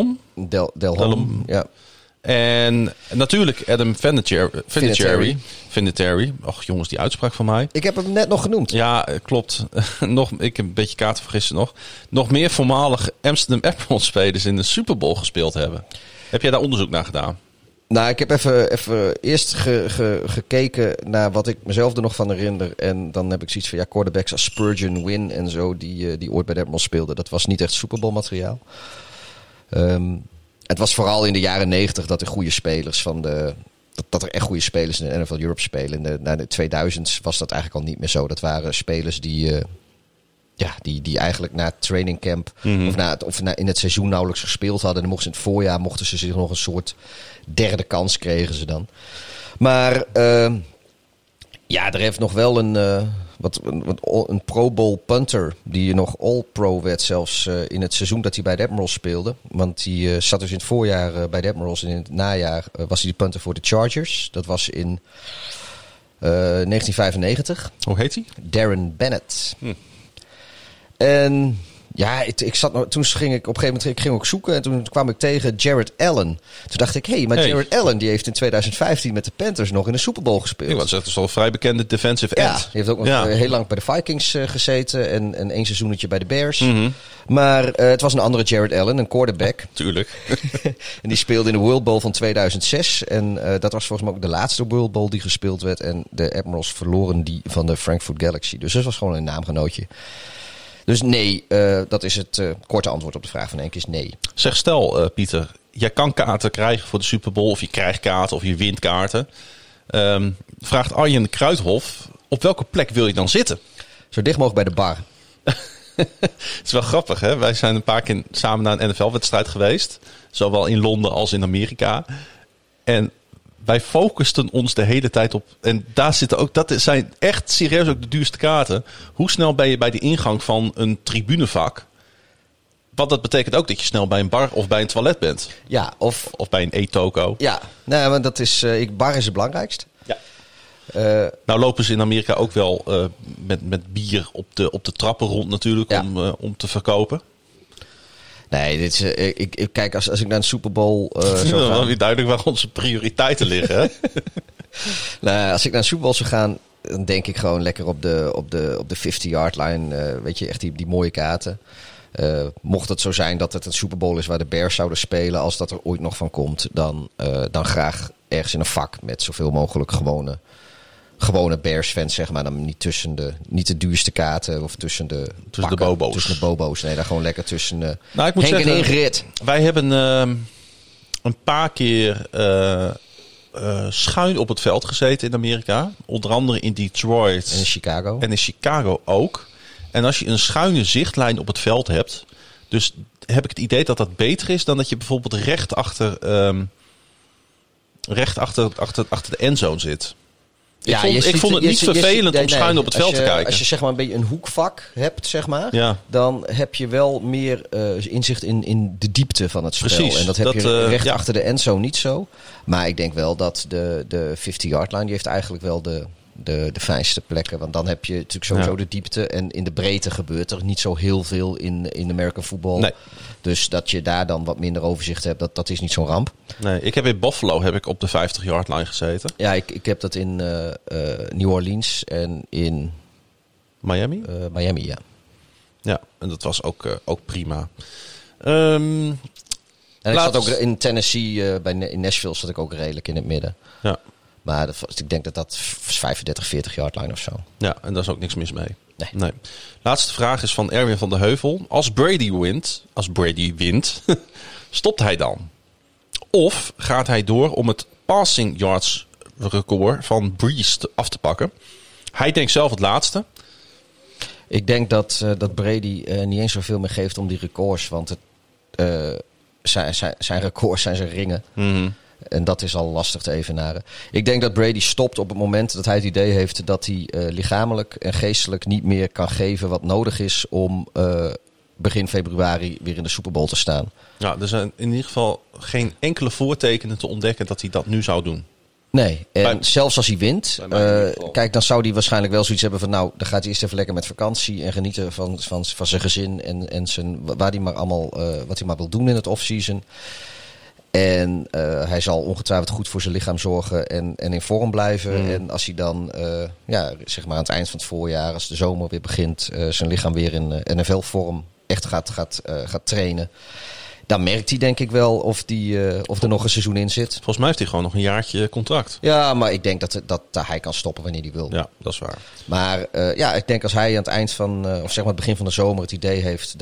ja. En natuurlijk Adam Vinatieri. Och jongens, die uitspraak van mij. Ik heb hem net nog genoemd. Ja, klopt. Ik heb een beetje kaarten vergissen nog. Nog meer voormalig Amsterdam Admirals spelers in de Super Bowl gespeeld hebben. Heb jij daar onderzoek naar gedaan? Nou, ik heb even eerst gekeken naar wat ik mezelf er nog van herinner. En dan heb ik zoiets van, ja, quarterbacks als Spurgeon, Wynn en zo, die ooit bij de Admirals speelden. Dat was niet echt Super Bowl materiaal. Het was vooral in de jaren 90 dat er goede spelers dat er echt goede spelers in de NFL Europe spelen. Na de 2000's was dat eigenlijk al niet meer zo. Dat waren spelers die eigenlijk na het training camp of in het seizoen nauwelijks gespeeld hadden. En dan mochten ze in het voorjaar mochten ze zich nog een soort derde kans kregen ze dan. Maar er heeft nog wel een Pro Bowl punter die nog All-Pro werd zelfs in het seizoen dat hij bij de Admirals speelde. Want die zat dus in het voorjaar bij de Admirals en in het najaar was hij de punter voor de Chargers. Dat was in 1995. Hoe heet hij? Darren Bennett. En ja, toen ging ik op een gegeven moment ook zoeken en toen kwam ik tegen Jared Allen. Toen dacht ik, Jared Allen die heeft in 2015 met de Panthers nog in de Super Bowl gespeeld. Ik was echt al een vrij bekende defensive end. Ja, die heeft ook nog heel lang bij de Vikings gezeten en één seizoenetje bij de Bears. Maar het was een andere Jared Allen, een quarterback. Tuurlijk. En die speelde in de World Bowl van 2006. En dat was volgens mij ook de laatste World Bowl die gespeeld werd. En de Admirals verloren die van de Frankfurt Galaxy. Dus dat was gewoon een naamgenootje. Dus nee, dat is het korte antwoord op de vraag van Henk is nee. Zeg, stel Pieter, jij kan kaarten krijgen voor de Super Bowl, of je krijgt kaarten of je wint kaarten. Vraagt Arjen Kruithof, op welke plek wil je dan zitten? Zo dicht mogelijk bij de bar. Het is wel grappig, hè? Wij zijn een paar keer samen naar een NFL-wedstrijd geweest. Zowel in Londen als in Amerika. En wij focusten ons de hele tijd op. En daar zitten ook. Dat zijn echt serieus ook de duurste kaarten. Hoe snel ben je bij de ingang van een tribunevak? Want dat betekent ook dat je snel bij een bar of bij een toilet bent. Ja, of bij een e-toko. Ja, nou, maar dat is. Bar is het belangrijkst. Ja. Nou lopen ze in Amerika ook wel met bier op de trappen rond natuurlijk. Ja. Om te verkopen. Nee, dit is, ik kijk als ik naar een Super Bowl zou gaan. Dan weer duidelijk waar onze prioriteiten liggen. Hè? Nou, als ik naar een Super Bowl zou gaan, dan denk ik gewoon lekker op de 50-yard line. Weet je, echt die mooie kaarten. Mocht het zo zijn dat het een Super Bowl is waar de Bears zouden spelen, als dat er ooit nog van komt, dan graag ergens in een vak met zoveel mogelijk gewone Bears-fans, zeg maar. Dan niet de duurste kaarten of tussen de bobo's. Tussen de bobo's. Nee, daar gewoon lekker tussen ik moet Henk zeggen, en Ingrid. Wij hebben een paar keer schuin op het veld gezeten in Amerika. Onder andere in Detroit. En in Chicago. En in Chicago ook. En als je een schuine zichtlijn op het veld hebt, dus heb ik het idee dat dat beter is dan dat je bijvoorbeeld recht achter de endzone zit. Ik vond het niet vervelend om schuin op het veld te kijken. Als je zeg maar een beetje een hoekvak hebt, zeg maar, dan heb je wel meer inzicht in de diepte van het spel. Precies, en dat heb je recht achter de endzone niet zo. Maar ik denk wel dat de 50-yard line, die heeft eigenlijk wel de fijnste plekken. Want dan heb je natuurlijk sowieso de diepte. En in de breedte gebeurt er niet zo heel veel in American football. Nee. Dus dat je daar dan wat minder overzicht hebt, dat is niet zo'n ramp. Nee, ik heb in Buffalo op de 50-yard line gezeten. Ja, ik heb dat in New Orleans en in Miami? Miami, ja. Ja, en dat was ook prima. En ik zat ook in Tennessee, in Nashville zat ik ook redelijk in het midden. Ja. Maar ik denk dat 35, 40 yard line of zo. Ja, en daar is ook niks mis mee. Nee. Laatste vraag is van Erwin van der Heuvel. Als Brady wint, stopt hij dan? Of gaat hij door om het passing yards record van Brees af te pakken? Hij denkt zelf het laatste. Ik denk dat Brady niet eens zoveel meer geeft om die records. Want zijn records zijn zijn ringen. Mm-hmm. En dat is al lastig te evenaren. Ik denk dat Brady stopt op het moment dat hij het idee heeft dat hij lichamelijk en geestelijk niet meer kan geven wat nodig is om begin februari weer in de Super Bowl te staan. Ja, er zijn in ieder geval geen enkele voortekenen te ontdekken dat hij dat nu zou doen. Nee, en zelfs als hij wint, kijk, dan zou hij waarschijnlijk wel zoiets hebben van nou, dan gaat hij eerst even lekker met vakantie en genieten van zijn gezin en wat hij maar wil doen in het offseason. En hij zal ongetwijfeld goed voor zijn lichaam zorgen en in vorm blijven. En als hij dan, zeg maar aan het eind van het voorjaar, als de zomer weer begint, zijn lichaam weer in NFL-vorm echt gaat trainen. Dan merkt hij denk ik wel of er nog een seizoen in zit. Volgens mij heeft hij gewoon nog een jaartje contract. Ja, maar ik denk dat hij kan stoppen wanneer hij wil. Ja, dat is waar. Maar ik denk als hij aan het eind van, of zeg maar het begin van de zomer het idee heeft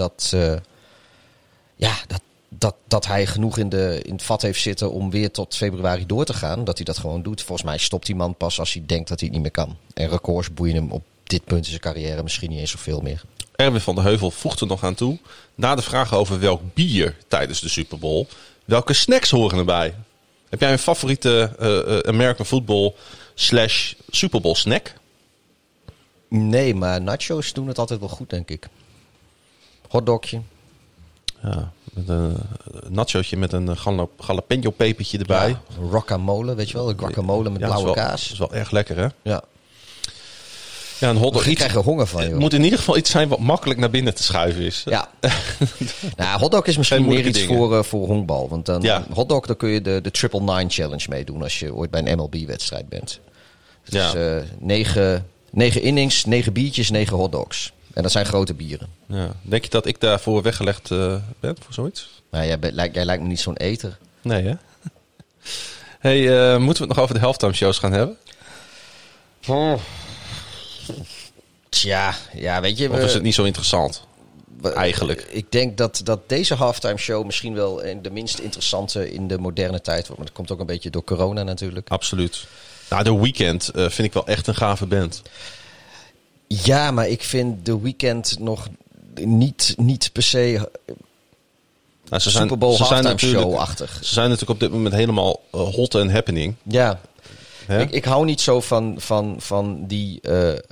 dat hij genoeg in het vat heeft zitten om weer tot februari door te gaan, dat hij dat gewoon doet. Volgens mij stopt die man pas als hij denkt dat hij het niet meer kan. En records boeien hem op dit punt in zijn carrière misschien niet eens zoveel meer. Erwin van der Heuvel voegt er nog aan toe. Na de vraag over welk bier tijdens de Super Bowl, welke snacks horen erbij? Heb jij een favoriete American Football / Super Bowl snack? Nee, maar nachos doen het altijd wel goed, denk ik. Hotdogje. Ja, met een nachootje met een jalapeno pepertje erbij. Ja, guacamole, weet je wel? Een guacamole met blauwe kaas. Dat is wel erg lekker, hè? Ja. Ja, een hotdog. Ik krijg er honger van, joh. Het moet in ieder geval iets zijn wat makkelijk naar binnen te schuiven is. Ja. Nou, hotdog is misschien meer iets voor honkbal. Want dan hotdog, dan kun je de 999 challenge meedoen als je ooit bij een MLB-wedstrijd bent. Dus 9 innings, 9 biertjes, 9 hotdogs. En dat zijn grote bieren. Ja. Denk je dat ik daarvoor weggelegd ben voor zoiets? Nou, jij lijkt me niet zo'n eter. Nee, hè? Hey, moeten we het nog over de halftime shows gaan hebben? Tja, weet je... Of is het niet zo interessant? Eigenlijk. Ik denk dat deze halftime show misschien wel de minst interessante in de moderne tijd wordt. Maar dat komt ook een beetje door corona natuurlijk. Absoluut. Nou, The Weeknd vind ik wel echt een gave band. Ja, maar ik vind The Weeknd nog niet per se Super Bowl halftime show-achtig. Ze zijn natuurlijk op dit moment helemaal hot and happening. Ja. Ik hou niet zo van die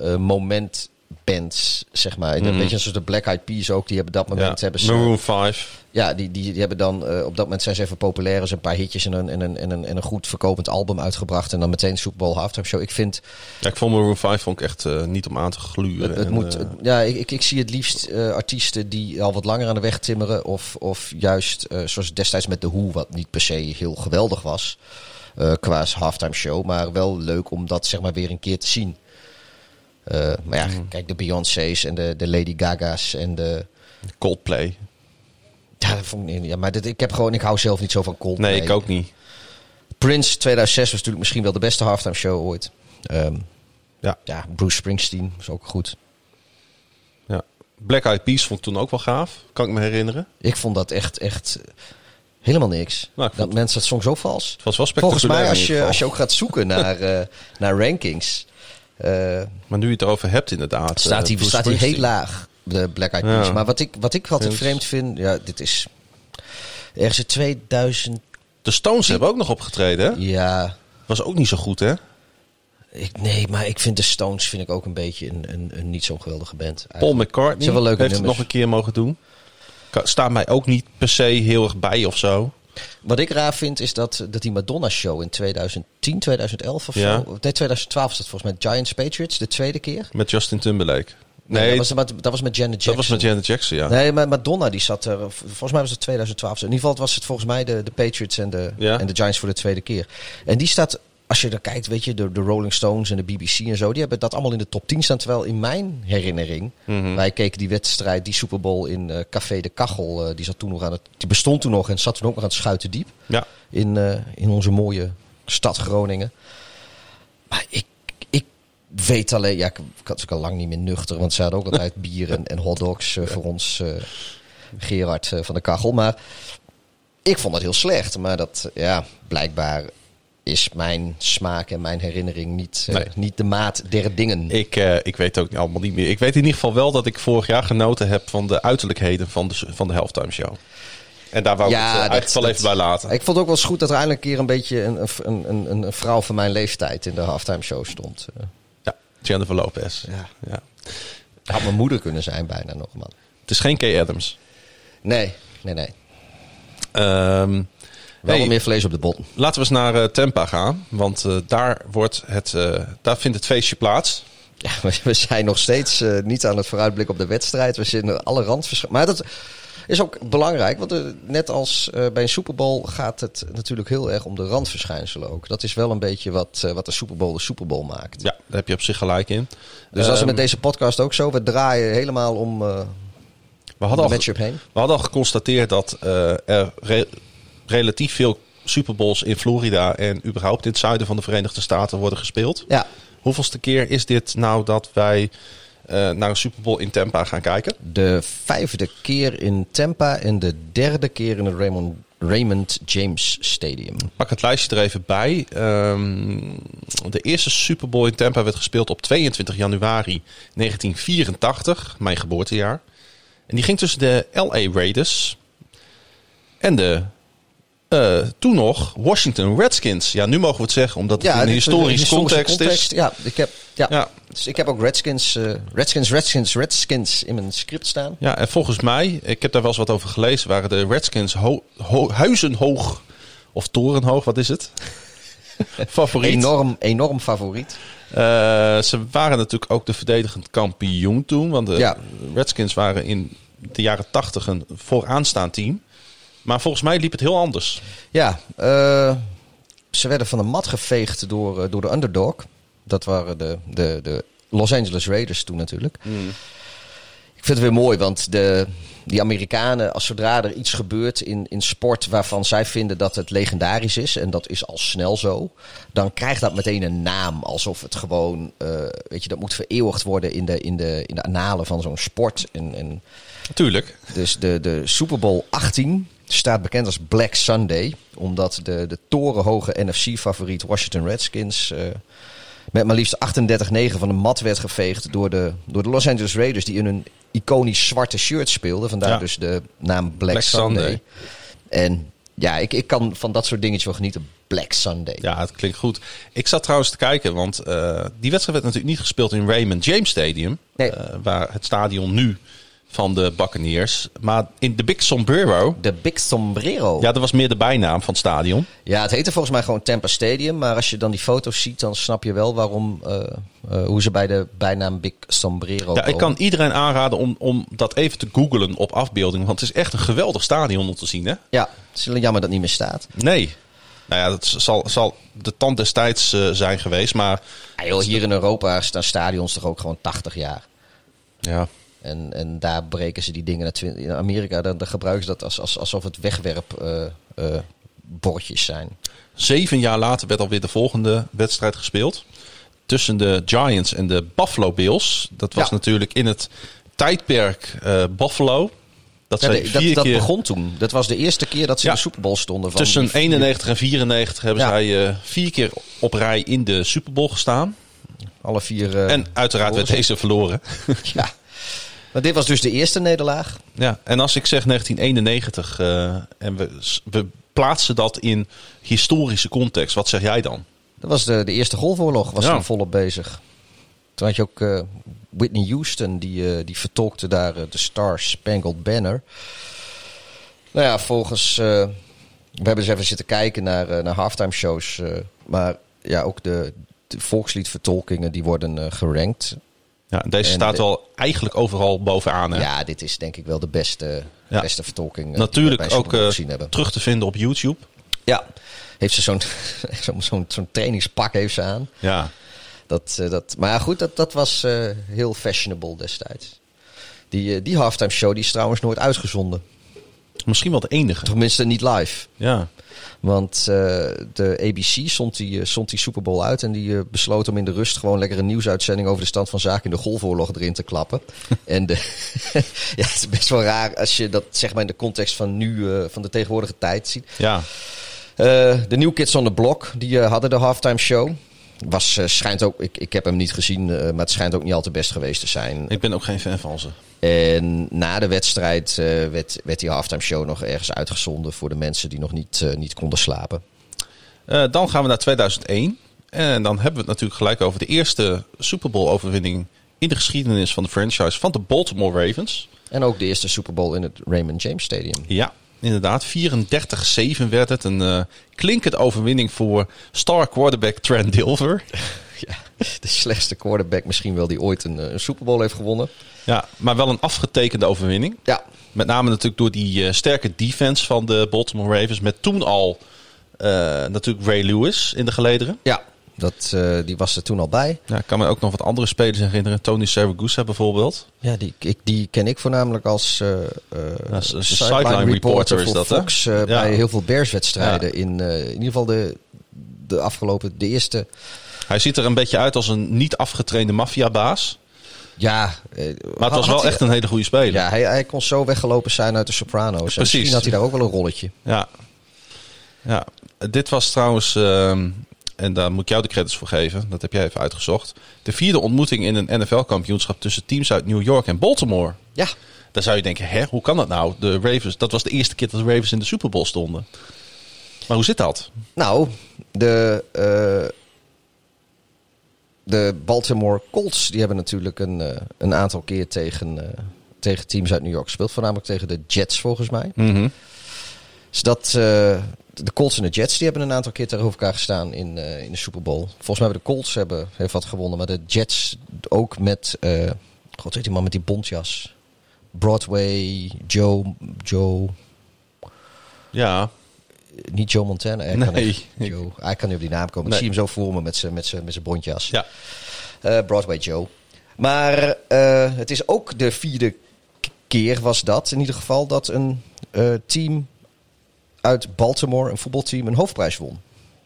momentbands, zeg maar. Een beetje zoals de Black Eyed Peas ook. Die hebben dat moment... hebben ze, Maroon 5. Ja, die hebben dan... op dat moment zijn ze even populair. Er zijn een paar hitjes en een goed verkopend album uitgebracht. En dan meteen Super Bowl halftime show. Ik vind... Ja, ik vond Maroon 5 echt niet om aan te gluren. Ik zie het liefst artiesten die al wat langer aan de weg timmeren. Of juist, zoals destijds met The Who, wat niet per se heel geweldig was. Qua halftime show. Maar wel leuk om dat zeg maar weer een keer te zien. Maar ja, kijk, de Beyoncé's en de Lady Gaga's en de Coldplay. Ja, dat vond ik, maar ik hou zelf niet zo van Coldplay. Nee, ik ook niet. Prince 2006 was natuurlijk misschien wel de beste halftime show ooit. Bruce Springsteen was ook goed. Ja. Black Eyed Peas vond ik toen ook wel gaaf. Kan ik me herinneren. Ik vond dat echt helemaal niks. Nou, mensen, dat zong zo vals. Het was wel spectaculair. Volgens mij, als je ook gaat zoeken naar rankings... maar nu je het erover hebt inderdaad... Staat hij heel laag, de Black Eyed Peas. Ja. Maar wat ik altijd vreemd vind... Ja, dit is... Ergens in 2000... De Stones hebben ook nog opgetreden, hè? Ja. Was ook niet zo goed, hè? Nee, maar ik vind de Stones ook een beetje een niet zo'n geweldige band. Eigenlijk. Paul McCartney heeft nummers. Het nog een keer mogen doen. Staat mij ook niet per se heel erg bij of zo. Wat ik raar vind is dat die Madonna-show in 2010, 2011 of zo... Nee, 2012 was dat volgens mij Giants Patriots, de tweede keer. Met Justin Timberlake. Nee, dat was met Janet Jackson. Dat was met Janet Jackson, ja. Nee, maar Madonna die zat er... Volgens mij was het 2012. In ieder geval was het volgens mij de Patriots en de Giants voor de tweede keer. En die staat... Als je er kijkt, weet je, de Rolling Stones en de BBC en zo... die hebben dat allemaal in de top 10 staan. Terwijl in mijn herinnering... Wij keken die wedstrijd, die Super Bowl in Café de Kachel... die bestond toen nog en zat toen ook nog aan het Schuitendiep. Ja. In onze mooie stad Groningen. Maar ik weet alleen... Ja, ik had ook al lang niet meer nuchter... want ze hadden ook altijd bier en hotdogs voor ons... Gerard van de Kachel. Maar ik vond dat heel slecht. Maar dat, blijkbaar... is mijn smaak en mijn herinnering niet de maat der dingen. Ik weet ook allemaal niet meer. Ik weet in ieder geval wel dat ik vorig jaar genoten heb van de uiterlijkheden van de halftime show. En daar wou ik het eigenlijk wel even bij laten. Ik vond het ook wel eens goed dat er eindelijk een keer een beetje een vrouw van mijn leeftijd in de halftime show stond. Ja, Jennifer Lopez. Ja. Had mijn moeder kunnen zijn bijna nog, man. Het is geen Kay Adams. Nee. Wel wat meer vlees op de botten. Laten we eens naar Tampa gaan. Want daar vindt het feestje plaats. Ja, we zijn nog steeds niet aan het vooruitblikken op de wedstrijd. We zitten alle randverschillen. Maar dat is ook belangrijk. Want net als bij een Super Bowl gaat het natuurlijk heel erg om de randverschijnselen ook. Dat is wel een beetje wat de Super Bowl maakt. Ja, daar heb je op zich gelijk in. Dus dat is met deze podcast ook zo. We draaien helemaal om de matchup heen. We hadden al geconstateerd dat er relatief veel Super Bowls in Florida en überhaupt in het zuiden van de Verenigde Staten worden gespeeld. Ja. Hoeveelste keer is dit nou dat wij naar een Super Bowl in Tampa gaan kijken? De 5e keer in Tampa en de 3e keer in het Raymond James Stadium. Pak het lijstje er even bij. De eerste Super Bowl in Tampa werd gespeeld op 22 januari 1984, mijn geboortejaar. En die ging tussen de LA Raiders en de toen nog Washington Redskins. Ja, nu mogen we het zeggen, omdat het in een historische context is. Ja, dus ik heb ook Redskins in mijn script staan. Ja, en volgens mij, ik heb daar wel eens wat over gelezen, waren de Redskins huizenhoog of torenhoog, wat is het? Favoriet. Enorm favoriet. Ze waren natuurlijk ook de verdedigend kampioen toen, want de Redskins waren in de jaren 80 een vooraanstaand team. Maar volgens mij liep het heel anders. Ja, ze werden van de mat geveegd door de underdog. Dat waren de Los Angeles Raiders toen natuurlijk. Ik vind het weer mooi, want die Amerikanen, als zodra er iets gebeurt in sport waarvan zij vinden dat het legendarisch is, en dat is al snel zo, dan krijgt dat meteen een naam. Alsof het gewoon, dat moet vereeuwigd worden in de annalen van zo'n sport. Tuurlijk. Dus de Super Bowl 18 staat bekend als Black Sunday, omdat de torenhoge NFC-favoriet Washington Redskins met maar liefst 38-9 van de mat werd geveegd door de Los Angeles Raiders, die in een iconisch zwarte shirt speelden. Vandaar dus de naam Black Sunday. En ja, ik kan van dat soort dingetjes wel genieten. Black Sunday. Ja, het klinkt goed. Ik zat trouwens te kijken, want die wedstrijd werd natuurlijk niet gespeeld in Raymond James Stadium. Nee. Waar het stadion nu van de Buccaneers. Maar in de Big Sombrero. De Big Sombrero. Ja, dat was meer de bijnaam van het stadion. Ja, het heette volgens mij gewoon Tampa Stadium. Maar als je dan die foto's ziet, dan snap je wel waarom, hoe ze bij de bijnaam Big Sombrero komen. Ik kan iedereen aanraden om dat even te googlen op afbeelding. Want het is echt een geweldig stadion om te zien, hè? Ja, het is jammer dat het niet meer staat. Nee. Nou ja, dat zal de tand destijds zijn geweest, maar... Ja, joh, hier in Europa staan stadions toch ook gewoon 80 jaar. Ja. En daar breken ze die dingen naar 20. In Amerika dan gebruiken ze dat alsof het wegwerpbordjes zijn. 7 jaar later werd alweer de volgende wedstrijd gespeeld. Tussen de Giants en de Buffalo Bills. Dat was natuurlijk in het tijdperk Buffalo. Dat begon toen. Dat was de eerste keer dat ze in de Super Bowl stonden. Tussen 91 en 94 hebben zij 4 keer op rij in de Super Bowl gestaan. Alle 4. En uiteraard werd deze verloren. Ja. Maar dit was dus de eerste nederlaag. Ja, en als ik zeg 1991 en we plaatsen dat in historische context, wat zeg jij dan? Dat was de Eerste Golfoorlog, was toen volop bezig. Toen had je ook Whitney Houston, die vertolkte daar de Star Spangled Banner. Nou ja, volgens... we hebben eens even zitten kijken naar halftime shows. Maar ja, ook de volksliedvertolkingen die worden gerankt. Ja, deze staat wel eigenlijk overal bovenaan. Hè? Ja, dit is denk ik wel de beste vertolking. Natuurlijk ook terug te vinden op YouTube. Ja, heeft ze zo'n trainingspak heeft ze aan. Ja. Maar ja, goed, dat was heel fashionable destijds. Die halftime show die is trouwens nooit uitgezonden. Misschien wel de enige. Tenminste niet live. Ja. Want de ABC zond die Super Bowl uit. En die besloot om in de rust gewoon lekker een nieuwsuitzending over de stand van zaken in de Golfoorlog erin te klappen. En het is best wel raar als je dat zeg maar in de context van nu, van de tegenwoordige tijd ziet. Ja. De New Kids on the Block, die hadden de halftime show. Schijnt ook, ik heb hem niet gezien, maar het schijnt ook niet al te best geweest te zijn. Ik ben ook geen fan van ze. En na de wedstrijd werd die halftime show nog ergens uitgezonden voor de mensen die nog niet konden slapen. Dan gaan we naar 2001. En dan hebben we het natuurlijk gelijk over de eerste Super Bowl overwinning in de geschiedenis van de franchise van de Baltimore Ravens. En ook de eerste Super Bowl in het Raymond James Stadium. Ja, inderdaad. 34-7 werd het. Een klinkende overwinning voor star quarterback Trent Dilfer. Ja, de slechtste quarterback misschien wel die ooit een Super Bowl heeft gewonnen. Ja, maar wel een afgetekende overwinning. Ja. Met name natuurlijk door die sterke defense van de Baltimore Ravens. Met toen al natuurlijk Ray Lewis in de gelederen. Ja, die was er toen al bij. Ja, ik kan me ook nog wat andere spelers herinneren. Tony Siragusa bijvoorbeeld. Ja, die ken ik voornamelijk als sideline reporter voor is dat, Fox. Bij heel veel Bears-wedstrijden. Ja. In ieder geval de eerste... Hij ziet er een beetje uit als een niet afgetrainde maffiabaas. Ja, maar het was wel echt een hele goede speler. Ja, hij kon zo weggelopen zijn uit de Sopranos. Precies. Misschien had hij daar ook wel een rolletje. Ja. Dit was trouwens, en daar moet ik jou de credits voor geven, dat heb jij even uitgezocht, de 4e ontmoeting in een NFL-kampioenschap tussen teams uit New York en Baltimore. Ja. Daar zou je denken, hoe kan dat nou? De Ravens, dat was de eerste keer dat de Ravens in de Super Bowl stonden. Maar hoe zit dat? Nou, de Baltimore Colts die hebben natuurlijk een aantal keer tegen teams uit New York gespeeld. Voornamelijk tegen de Jets volgens mij. Mm-hmm. Dus de Colts en de Jets die hebben een aantal keer tegenover elkaar gestaan in de Super Bowl. Volgens mij hebben de Colts heeft wat gewonnen. Maar de Jets ook met... God weet die man met die bontjas. Broadway, Joe... Ja... Niet Joe Montana. Nee. Hij kan niet op die naam komen. Ik zie hem zo voor me met zijn bontjas. Ja. Broadway Joe. Maar het is ook de 4e keer was dat. In ieder geval dat een team uit Baltimore, een voetbalteam, een hoofdprijs won.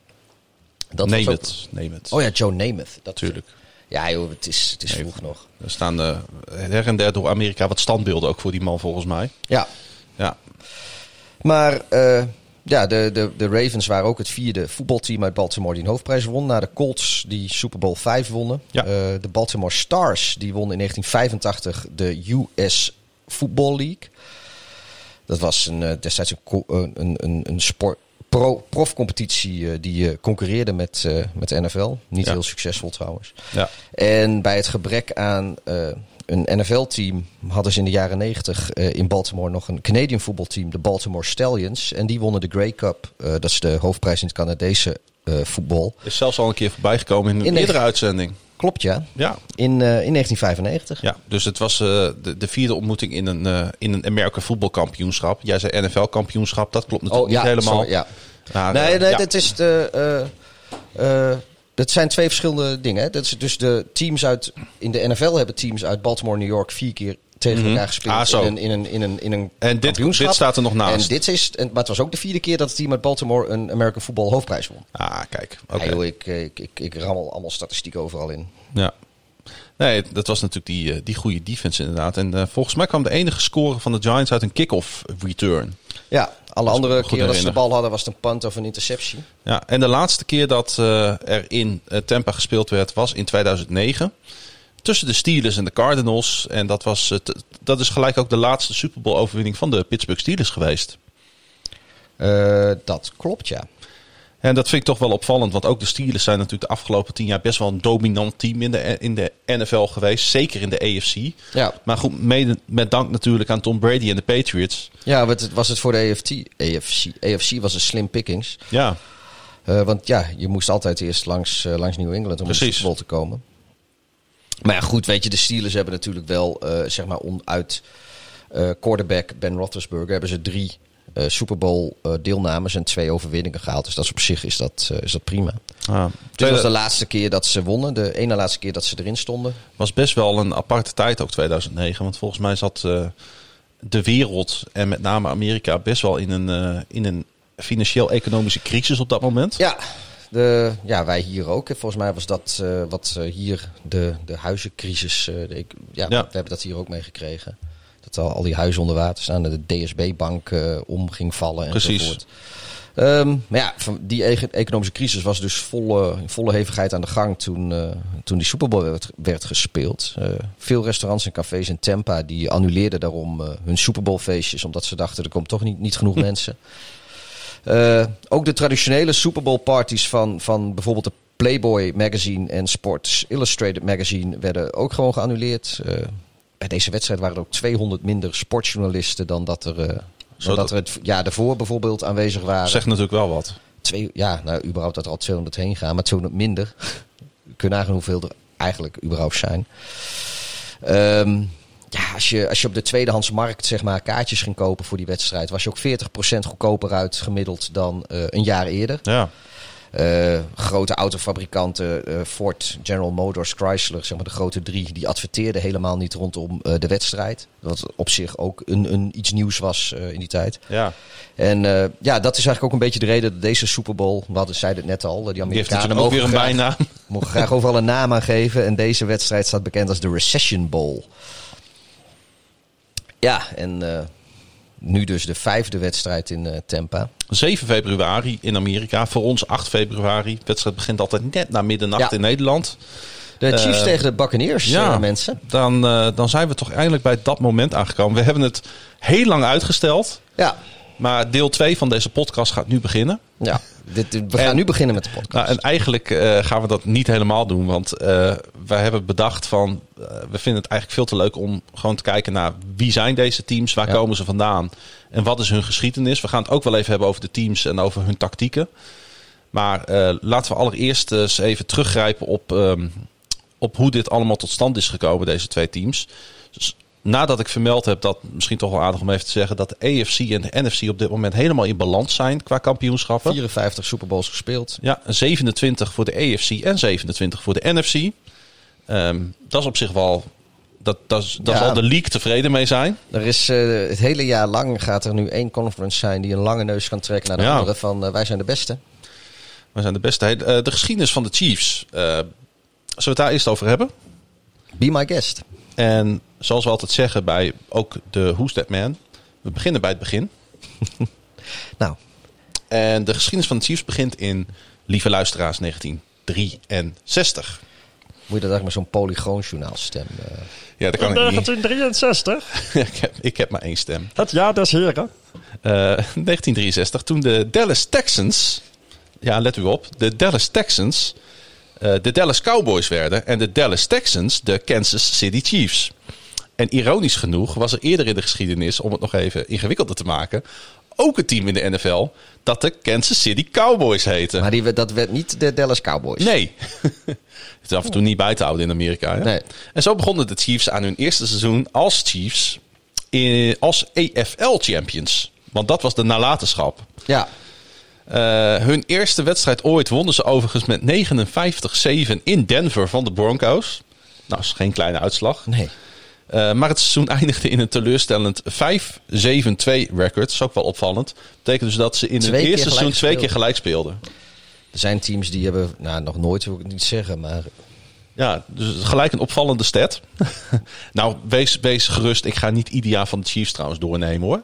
Namath. Oh ja, Joe Namath. Natuurlijk. Ja joh, het is vroeg nog. Er staan her en der door Amerika wat standbeelden ook voor die man volgens mij. Ja. Maar... Ja, de Ravens waren ook het 4e voetbalteam uit Baltimore die een hoofdprijs won. Na de Colts die Super Bowl 5 wonnen. Ja. De Baltimore Stars die wonnen in 1985 de US Football League. Dat was destijds een profcompetitie die concurreerde met de NFL. Niet heel succesvol trouwens. Ja. En bij het gebrek aan... een NFL-team hadden ze in de jaren 90 in Baltimore nog een Canadian voetbalteam, de Baltimore Stallions. En die wonnen de Grey Cup. Dat is de hoofdprijs in het Canadese voetbal. Is zelfs al een keer voorbij gekomen in een eerdere uitzending. Klopt, ja. In 1995. Ja, dus het was de 4e ontmoeting in een American voetbalkampioenschap. Jij zei NFL-kampioenschap, dat klopt natuurlijk niet helemaal. Sorry, ja. Dat is dat zijn 2 verschillende dingen. Hè? Dat is dus de teams in de NFL hebben teams uit Baltimore, New York 4 keer tegen elkaar gespeeld in een en kampioenschap. Dit staat er nog naast. Maar het was ook de 4e keer dat het team uit Baltimore een American Football hoofdprijs won. Ah, kijk. Okay. Ik rammel allemaal statistieken overal in. Ja. Nee, dat was natuurlijk die goede defense inderdaad. En volgens mij kwam de enige score van de Giants uit een kick-off return. Ja, alle andere keren dat ze de bal hadden was het een punt of een interceptie. Ja, en de laatste keer dat er in Tampa gespeeld werd was in 2009. Tussen de Steelers en de Cardinals. En dat is gelijk ook de laatste Super Bowl overwinning van de Pittsburgh Steelers geweest. Dat klopt, ja. En dat vind ik toch wel opvallend. Want ook de Steelers zijn natuurlijk de afgelopen 10 jaar best wel een dominant team in de NFL geweest. Zeker in de AFC. Ja. Maar goed, mede met dank natuurlijk aan Tom Brady en de Patriots. Ja, was het voor de AFC was een slim pickings. Ja. Want ja, je moest altijd eerst langs New England om in de Super Bowl te komen. Maar ja, goed, weet je, de Steelers hebben natuurlijk wel, zeg maar, uit quarterback Ben Roethlisberger hebben ze 3 Super Bowl deelnames en 2 overwinningen gehaald. Dus dat is op zich is dat prima. Dit was de laatste keer dat ze wonnen. De ene laatste keer dat ze erin stonden. Was best wel een aparte tijd ook 2009. Want volgens mij zat de wereld en met name Amerika best wel in een financieel-economische crisis op dat moment. Ja, wij hier ook. Volgens mij was dat wat hier de huizencrisis. We hebben dat hier ook meegekregen. Dat al die huizen onder water staan. De DSB-bank om ging vallen enzovoort. Maar ja, die economische crisis was dus volle hevigheid aan de gang toen die Super Bowl werd gespeeld. Veel restaurants en cafés in Tampa die annuleerden daarom hun Super Bowl feestjes, omdat ze dachten er komt toch niet genoeg mensen. Ook de traditionele Super Bowl parties van bijvoorbeeld de Playboy magazine en Sports Illustrated magazine werden ook gewoon geannuleerd. Bij deze wedstrijd waren er ook 200 minder sportjournalisten dan dat er het jaar daarvoor bijvoorbeeld aanwezig waren. Zegt natuurlijk wel wat. Überhaupt dat er al 200 heen gaan, maar 200 minder. Je kunt nagaan hoeveel er eigenlijk überhaupt zijn. Als je op de tweedehandsmarkt zeg maar kaartjes ging kopen voor die wedstrijd, was je ook 40% goedkoper uit gemiddeld dan een jaar eerder. Ja. Grote autofabrikanten, Ford, General Motors, Chrysler, zeg maar de grote 3, die adverteerden helemaal niet rondom de wedstrijd. Wat op zich ook iets nieuws was in die tijd. Ja. En dat is eigenlijk ook een beetje de reden dat deze Super Bowl, we zeiden het net al, die Amerikanen ook weer een bijnaam. Mogen graag overal een naam aan geven. En deze wedstrijd staat bekend als de Recession Bowl. Ja, en nu dus de 5e wedstrijd in Tampa. 7 februari in Amerika. Voor ons 8 februari. De wedstrijd begint altijd net na middernacht in Nederland. De Chiefs tegen de Buccaneers, mensen. Dan zijn we toch eindelijk bij dat moment aangekomen. We hebben het heel lang uitgesteld. Ja. Maar deel 2 van deze podcast gaat nu beginnen. Ja, we gaan nu beginnen met de podcast. Nou, en eigenlijk gaan we dat niet helemaal doen. Want wij hebben bedacht van, we vinden het eigenlijk veel te leuk om gewoon te kijken naar wie zijn deze teams, waar komen ze vandaan en wat is hun geschiedenis. We gaan het ook wel even hebben over de teams en over hun tactieken. Maar laten we allereerst eens even teruggrijpen op hoe dit allemaal tot stand is gekomen, deze twee teams. Dus nadat ik vermeld heb, dat misschien toch wel aardig om even te zeggen, dat de AFC en de NFC op dit moment helemaal in balans zijn qua kampioenschappen. 54 Super Bowls gespeeld. Ja, 27 voor de AFC en 27 voor de NFC. Dat is op zich wel, dat zal de league tevreden mee zijn. Er is het hele jaar lang gaat er nu één conference zijn die een lange neus kan trekken naar de andere van wij zijn de beste. Wij zijn de beste. De geschiedenis van de Chiefs. Zullen we het daar eerst over hebben? Be my guest. En zoals we altijd zeggen bij ook de Who's That Man. We beginnen bij het begin. Nou. En de geschiedenis van de Chiefs begint in, lieve luisteraars, 1963. Moet je dat eigenlijk met zo'n polygoonjournaalstem? Ja, dat kan ik niet. 1963? ik heb maar één stem. Het jaar des heren. 1963, toen de Dallas Texans... Ja, let u op. De Dallas Texans de Dallas Cowboys werden. En de Dallas Texans de Kansas City Chiefs. En ironisch genoeg was er eerder in de geschiedenis, om het nog even ingewikkelder te maken, ook een team in de NFL dat de Kansas City Cowboys heette. Maar dat werd niet de Dallas Cowboys. Nee. Het is af en toe niet bij te houden in Amerika. Hè? Nee. En zo begonnen de Chiefs aan hun eerste seizoen als Chiefs als AFL champions. Want dat was de nalatenschap. Ja. Hun eerste wedstrijd ooit wonnen ze overigens met 59-7 in Denver van de Broncos. Nou, dat is geen kleine uitslag. Nee. Maar het seizoen eindigde in een teleurstellend 5-7-2 record. Dat is ook wel opvallend. Dat betekent dus dat ze in hun eerste seizoen 2 keer gelijk speelden. Er zijn teams die hebben, nog nooit wil ik het niet zeggen, maar... Ja, dus gelijk een opvallende stat. Nou, wees gerust. Ik ga niet ieder jaar van de Chiefs trouwens doornemen hoor.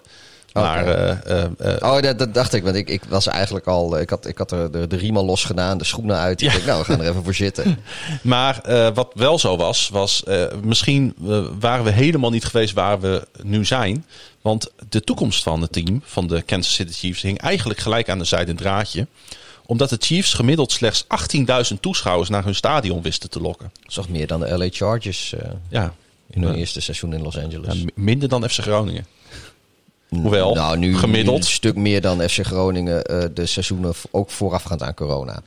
Maar, dat dacht ik. Want ik was eigenlijk al... Ik had er de riem al los gedaan, de schoenen uit. Ik dacht, we gaan er even voor zitten. Maar wat wel zo was misschien waren we helemaal niet geweest waar we nu zijn. Want de toekomst van het team, van de Kansas City Chiefs, hing eigenlijk gelijk aan de zijden draadje. Omdat de Chiefs gemiddeld slechts 18.000 toeschouwers naar hun stadion wisten te lokken. Dat is toch meer dan de LA Chargers in hun eerste seizoen in Los Angeles. Ja, minder dan FC Groningen. Hoewel, nu gemiddeld. Een stuk meer dan FC Groningen de seizoenen ook voorafgaand aan corona.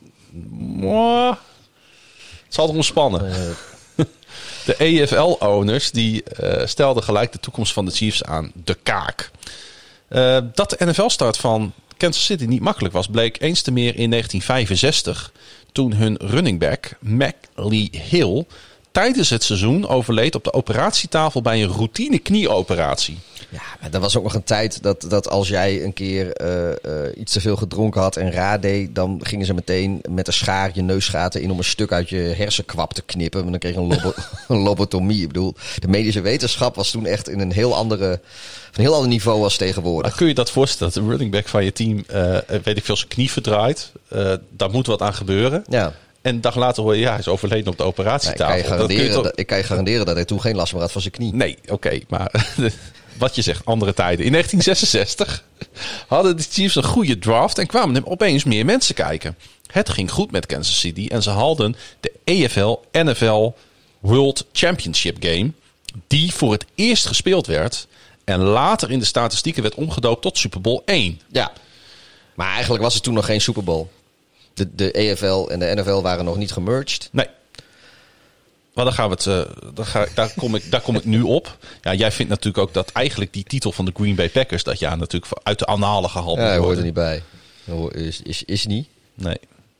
Het zal erom spannen. De AFL-owners die stelden gelijk de toekomst van de Chiefs aan de kaak. Dat de NFL-start van Kansas City niet makkelijk was, bleek eens te meer in 1965. Toen hun running back, Mac Lee Hill, tijdens het seizoen overleed op de operatietafel bij een routine knieoperatie. Ja, maar er was ook nog een tijd dat als jij een keer iets te veel gedronken had en raar deed, dan gingen ze meteen met een schaar je neusgaten in om een stuk uit je hersenkwap te knippen. En dan kreeg je een lobotomie. Ik bedoel, de medische wetenschap was toen echt in een heel ander niveau als tegenwoordig. Maar kun je dat voorstellen dat de running back van je team, weet ik veel, zijn knie verdraait? Daar moet wat aan gebeuren. Ja. En een dag later hoor je, hij is overleden op de operatietafel. Ik kan je garanderen dat hij toen geen last meer had van zijn knie. Nee, oké, maar wat je zegt, andere tijden. In 1966 hadden de Chiefs een goede draft en kwamen er opeens meer mensen kijken. Het ging goed met Kansas City en ze haalden de AFL-NFL World Championship Game, die voor het eerst gespeeld werd en later in de statistieken werd omgedoopt tot Super Bowl 1. Ja, maar eigenlijk was het toen nog geen Super Bowl. De AFL en de NFL waren nog niet gemerged. Nee. Maar dan gaan we daar kom ik nu op. Ja, jij vindt natuurlijk ook dat eigenlijk die titel van de Green Bay Packers, dat natuurlijk uit de annalen gehaald moet worden. Ja, hoort er niet bij. Is niet. Nee.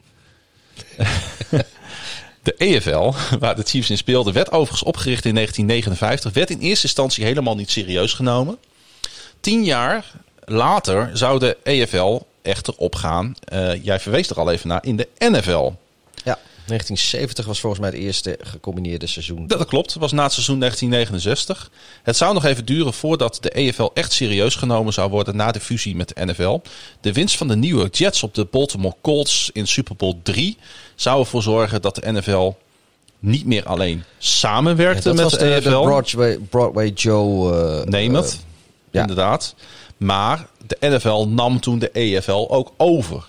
De AFL, waar de Chiefs in speelden, werd overigens opgericht in 1959. Werd in eerste instantie helemaal niet serieus genomen. 10 jaar later zou de AFL echter opgaan. Jij verwees er al even naar, in de NFL. Ja, 1970 was volgens mij het eerste gecombineerde seizoen. Dat klopt, het was na het seizoen 1969. Het zou nog even duren voordat de AFL echt serieus genomen zou worden na de fusie met de NFL. De winst van de New York Jets op de Baltimore Colts in Super Bowl 3 zou ervoor zorgen dat de NFL niet meer alleen samenwerkte met de AFL. De Broadway Joe Namath, inderdaad. Maar de NFL nam toen de AFL ook over.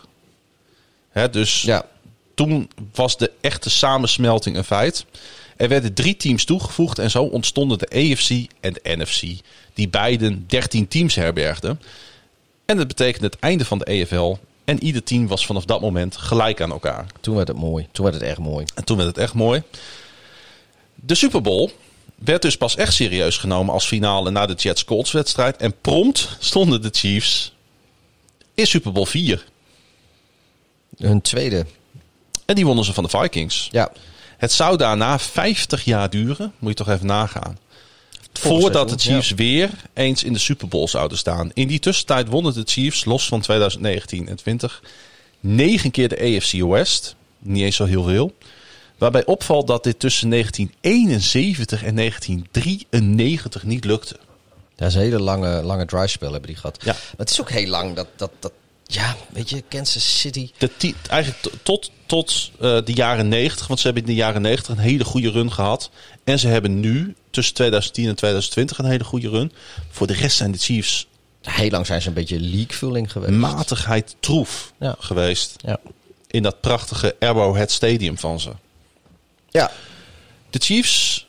Dus toen was de echte samensmelting een feit. Er werden 3 teams toegevoegd en zo ontstonden de AFC en de NFC, die beiden 13 teams herbergden. En dat betekende het einde van de AFL. En ieder team was vanaf dat moment gelijk aan elkaar. Toen werd het mooi. Toen werd het echt mooi. En toen werd het echt mooi. De Super Bowl werd dus pas echt serieus genomen als finale na de Jets-Colts wedstrijd. En prompt stonden de Chiefs in Super Bowl 4. Hun tweede. En die wonnen ze van de Vikings. Ja. Het zou daarna 50 jaar duren, moet je toch even nagaan, voordat de Chiefs weer eens in de Super Bowl zouden staan. In die tussentijd wonnen de Chiefs, los van 2019 en 20, 9 keer de AFC West. Niet eens zo heel veel. Waarbij opvalt dat dit tussen 1971 en 1993 niet lukte. Dat is een hele lange dry spell hebben die gehad. Ja. Maar het is ook heel lang dat ja, weet je, Kansas City. Eigenlijk tot de jaren 90. Want ze hebben in de jaren 90 een hele goede run gehad. En ze hebben nu tussen 2010 en 2020 een hele goede run. Voor de rest zijn de Chiefs... Heel lang zijn ze een beetje leaguevulling geweest. Matigheid troef geweest. Ja. In dat prachtige Arrowhead Stadium van ze. Ja. De Chiefs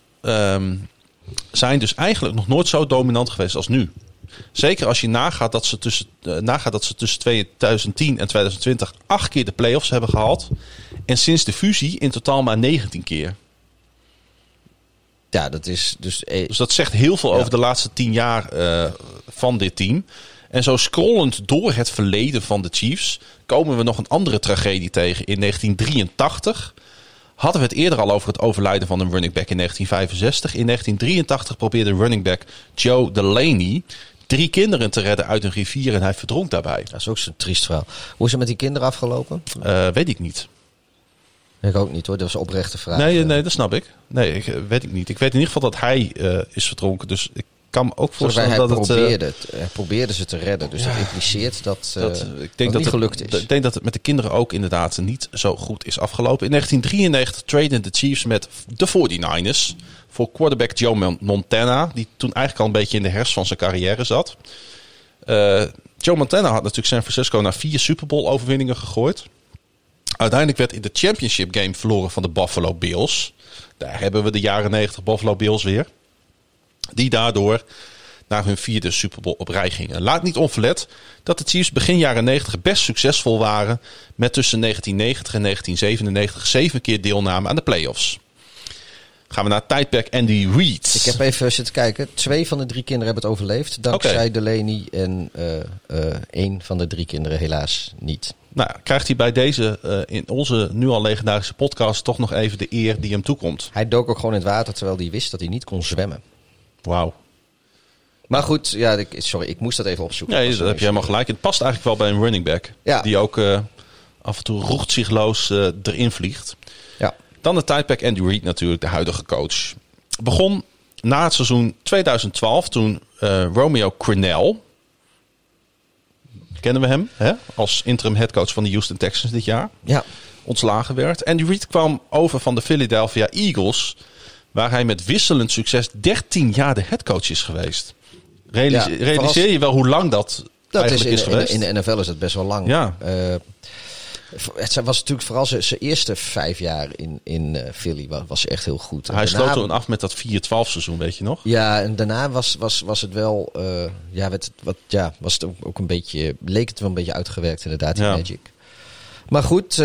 zijn dus eigenlijk nog nooit zo dominant geweest als nu. Zeker als je nagaat dat ze tussen 2010 en 2020 8 keer de playoffs hebben gehaald. En sinds de fusie in totaal maar 19 keer. Ja, dat is dus dat zegt heel veel over de laatste 10 jaar van dit team. En zo scrollend door het verleden van de Chiefs komen we nog een andere tragedie tegen. In 1983 hadden we het eerder al over het overlijden van een running back in 1965. In 1983 probeerde running back Joe Delaney 3 kinderen te redden uit een rivier en hij verdronk daarbij. Dat is ook zo'n triest verhaal. Hoe is het met die kinderen afgelopen? Weet ik niet. Ik ook niet hoor, dat was een oprechte vraag. Nee, dat snap ik. Nee, weet ik niet. Ik weet in ieder geval dat hij is verdronken, dus ik kan me ook voorstellen dat hij probeerde ze te redden. Dus dat impliceert dat het niet gelukt is. Ik denk dat het met de kinderen ook inderdaad niet zo goed is afgelopen. In 1993 traden de Chiefs met de 49ers voor quarterback Joe Montana, die toen eigenlijk al een beetje in de herfst van zijn carrière zat. Joe Montana had natuurlijk San Francisco naar 4 Super Bowl overwinningen gegooid. Uiteindelijk werd in de championship game verloren van de Buffalo Bills. Daar hebben we de jaren 90 Buffalo Bills weer. Die daardoor naar hun 4e Super Bowl op rij gingen. Laat niet onverlet dat de Chiefs begin jaren 90 best succesvol waren. Met tussen 1990 en 1997 7 keer deelname aan de playoffs. Gaan we naar het tijdperk Andy Reid. Ik heb even zitten kijken. 2 van de 3 kinderen hebben het overleefd. Dankzij Delaney en 1 van de 3 kinderen helaas niet. Nou, krijgt hij bij deze, in onze nu al legendarische podcast, toch nog even de eer die hem toekomt. Hij dook ook gewoon in het water terwijl hij wist dat hij niet kon zwemmen. Wauw. Maar goed, ja, ik moest dat even opzoeken. Ja, dat heb je helemaal gelijk. Het past eigenlijk wel bij een running back. Ja. Die ook af en toe roechtzichtloos erin vliegt. Ja. Dan de timeback Andy Reid natuurlijk, de huidige coach. Begon na het seizoen 2012 toen Romeo Crennel, kennen we hem, hè? Als interim headcoach van de Houston Texans dit jaar, ontslagen werd. Andy Reid kwam over van de Philadelphia Eagles, waar hij met wisselend succes 13 jaar de headcoach is geweest. Realiseer je wel hoe lang dat eigenlijk is geweest? In de NFL is het best wel lang. Ja. Het was natuurlijk vooral zijn eerste 5 jaar in Philly was echt heel goed. En hij daarna, sloot toen af met dat 4-12 seizoen, weet je nog? Ja, en daarna was het wel, was het ook een beetje, leek het wel een beetje uitgewerkt inderdaad, die Magic. Maar goed,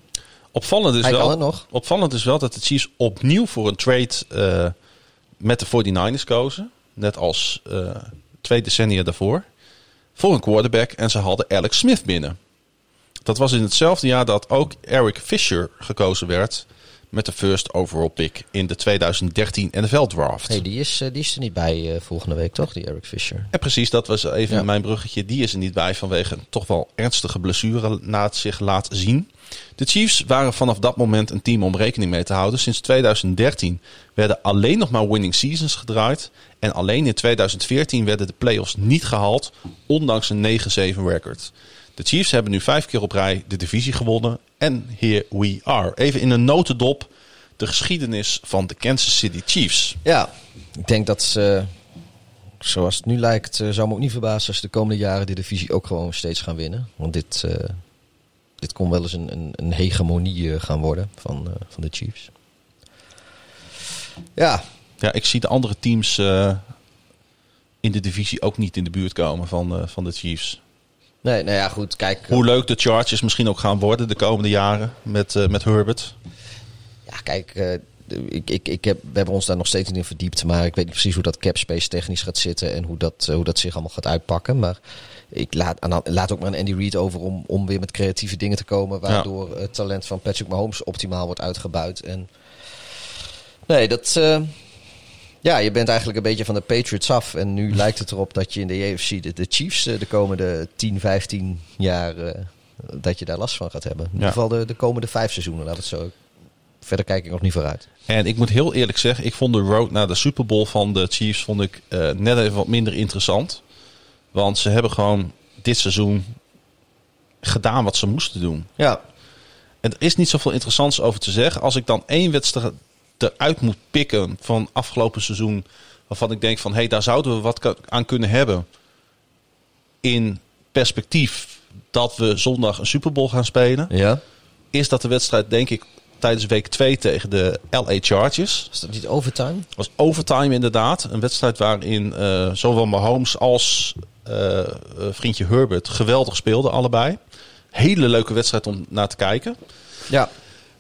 opvallend is wel dat de Chiefs opnieuw voor een trade met de 49ers kozen. Net als 2 decennia daarvoor. Voor een quarterback. En ze hadden Alex Smith binnen. Dat was in hetzelfde jaar dat ook Eric Fisher gekozen werd met de first overall pick in de 2013 NFL draft. Hey, die is er niet bij volgende week, toch? Die Eric Fisher. En precies, dat was even mijn bruggetje. Die is er niet bij vanwege een toch wel ernstige blessure na het zich laat zien. De Chiefs waren vanaf dat moment een team om rekening mee te houden. Sinds 2013 werden alleen nog maar winning seasons gedraaid. En alleen in 2014 werden de playoffs niet gehaald, ondanks een 9-7 record. De Chiefs hebben nu 5 keer op rij de divisie gewonnen. En here we are. Even in een notendop de geschiedenis van de Kansas City Chiefs. Ja, ik denk dat zoals het nu lijkt, zou me ook niet verbazen als de komende jaren de divisie ook gewoon steeds gaan winnen. Want dit kon wel eens een hegemonie gaan worden van de Chiefs. Ja, ik zie de andere teams in de divisie ook niet in de buurt komen van de Chiefs. Nee, nou ja, goed, kijk. Hoe leuk de Chargers misschien ook gaan worden de komende jaren met Herbert. Ja, kijk, we hebben ons daar nog steeds niet in verdiept. Maar ik weet niet precies hoe dat cap space technisch gaat zitten en hoe dat zich allemaal gaat uitpakken. Maar ik laat ook maar aan Andy Reid over om weer met creatieve dingen te komen, waardoor het talent van Patrick Mahomes optimaal wordt uitgebuit. En nee, je bent eigenlijk een beetje van de Patriots af. En nu lijkt het erop dat je in de AFC de Chiefs de komende 10, 15 jaar dat je daar last van gaat hebben. In ieder geval de komende 5 seizoenen, laat het zo. Verder kijk ik nog niet vooruit. En ik moet heel eerlijk zeggen, ik vond de road naar de Super Bowl van de Chiefs net even wat minder interessant. Want ze hebben gewoon dit seizoen gedaan wat ze moesten doen. Ja. En er is niet zoveel interessants over te zeggen. Als ik dan 1 wedstrijd eruit moet pikken van afgelopen seizoen, waarvan ik denk van, daar zouden we wat aan kunnen hebben in perspectief dat we zondag een Super Bowl gaan spelen. Ja. Is dat de wedstrijd, denk ik, tijdens week 2 tegen de LA Chargers. Was dat niet overtime? Het was overtime inderdaad. Een wedstrijd waarin zowel Mahomes als vriendje Herbert geweldig speelden, allebei. Hele leuke wedstrijd om naar te kijken. Ja.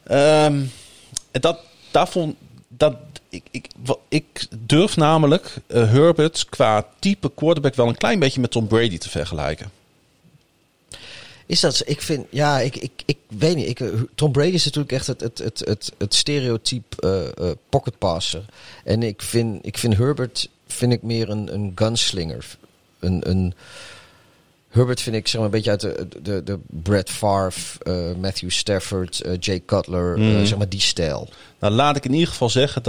Ik durf namelijk Herbert qua type quarterback wel een klein beetje met Tom Brady te vergelijken. Is dat? Ik vind, ik weet niet. Tom Brady is natuurlijk echt het stereotype pocket passer. En ik vind Herbert meer een gunslinger. Herbert vind ik zeg maar een beetje uit de Brett Favre, Matthew Stafford, Jay Cutler, zeg maar die stijl. Nou, laat ik in ieder geval zeggen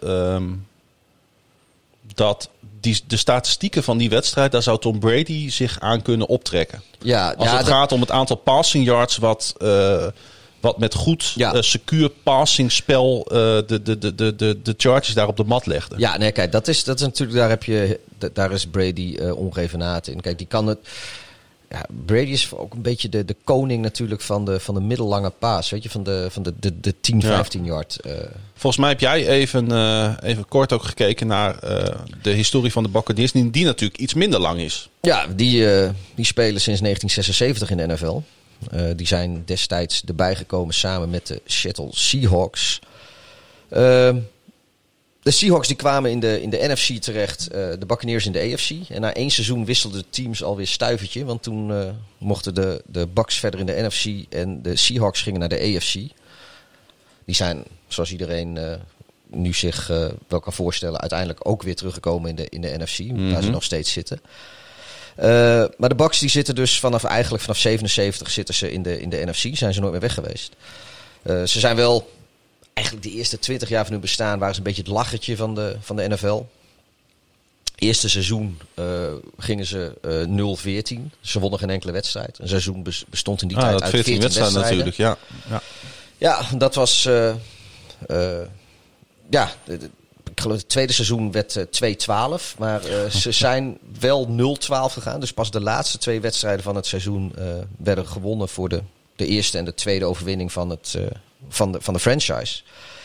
dat de statistieken van die wedstrijd, daar zou Tom Brady zich aan kunnen optrekken. Als het gaat om het aantal passing yards wat met goed secuur passing spel de Chargers daar op de mat legden. Ja, nee, kijk, dat is natuurlijk, daar is Brady ongeëvenaard in. Kijk, die kan het. Ja, Brady is ook een beetje de koning natuurlijk van de middellange paas, weet je, van de 10, 15 yard. Volgens mij heb jij even kort ook gekeken naar de historie van de Buccaneers, die natuurlijk iets minder lang is. Ja, die spelen sinds 1976 in de NFL. Die zijn destijds erbij gekomen samen met de Seattle Seahawks. De Seahawks die kwamen in de NFC terecht, de Buccaneers in de AFC. En na 1 seizoen wisselden de teams alweer stuivertje. Want toen mochten de Bucs verder in de NFC en de Seahawks gingen naar de AFC. Die zijn, zoals iedereen nu zich wel kan voorstellen, uiteindelijk ook weer teruggekomen in de NFC. Waar ze nog steeds zitten. Maar de Bucs die zitten dus vanaf 77 zitten ze in de NFC. Zijn ze nooit meer weg geweest. Ze zijn wel... Eigenlijk de eerste 20 jaar van hun bestaan waren ze een beetje het lachertje van de NFL. Eerste seizoen gingen ze 0-14. Ze wonnen geen enkele wedstrijd. Een seizoen bestond in die tijd uit 14 wedstrijden. Natuurlijk, ja. Ja, dat was... ik geloof het tweede seizoen werd 2-12. Maar ze zijn wel 0-12 gegaan. Dus pas de laatste 2 wedstrijden van het seizoen werden gewonnen voor de eerste en de tweede overwinning van de franchise.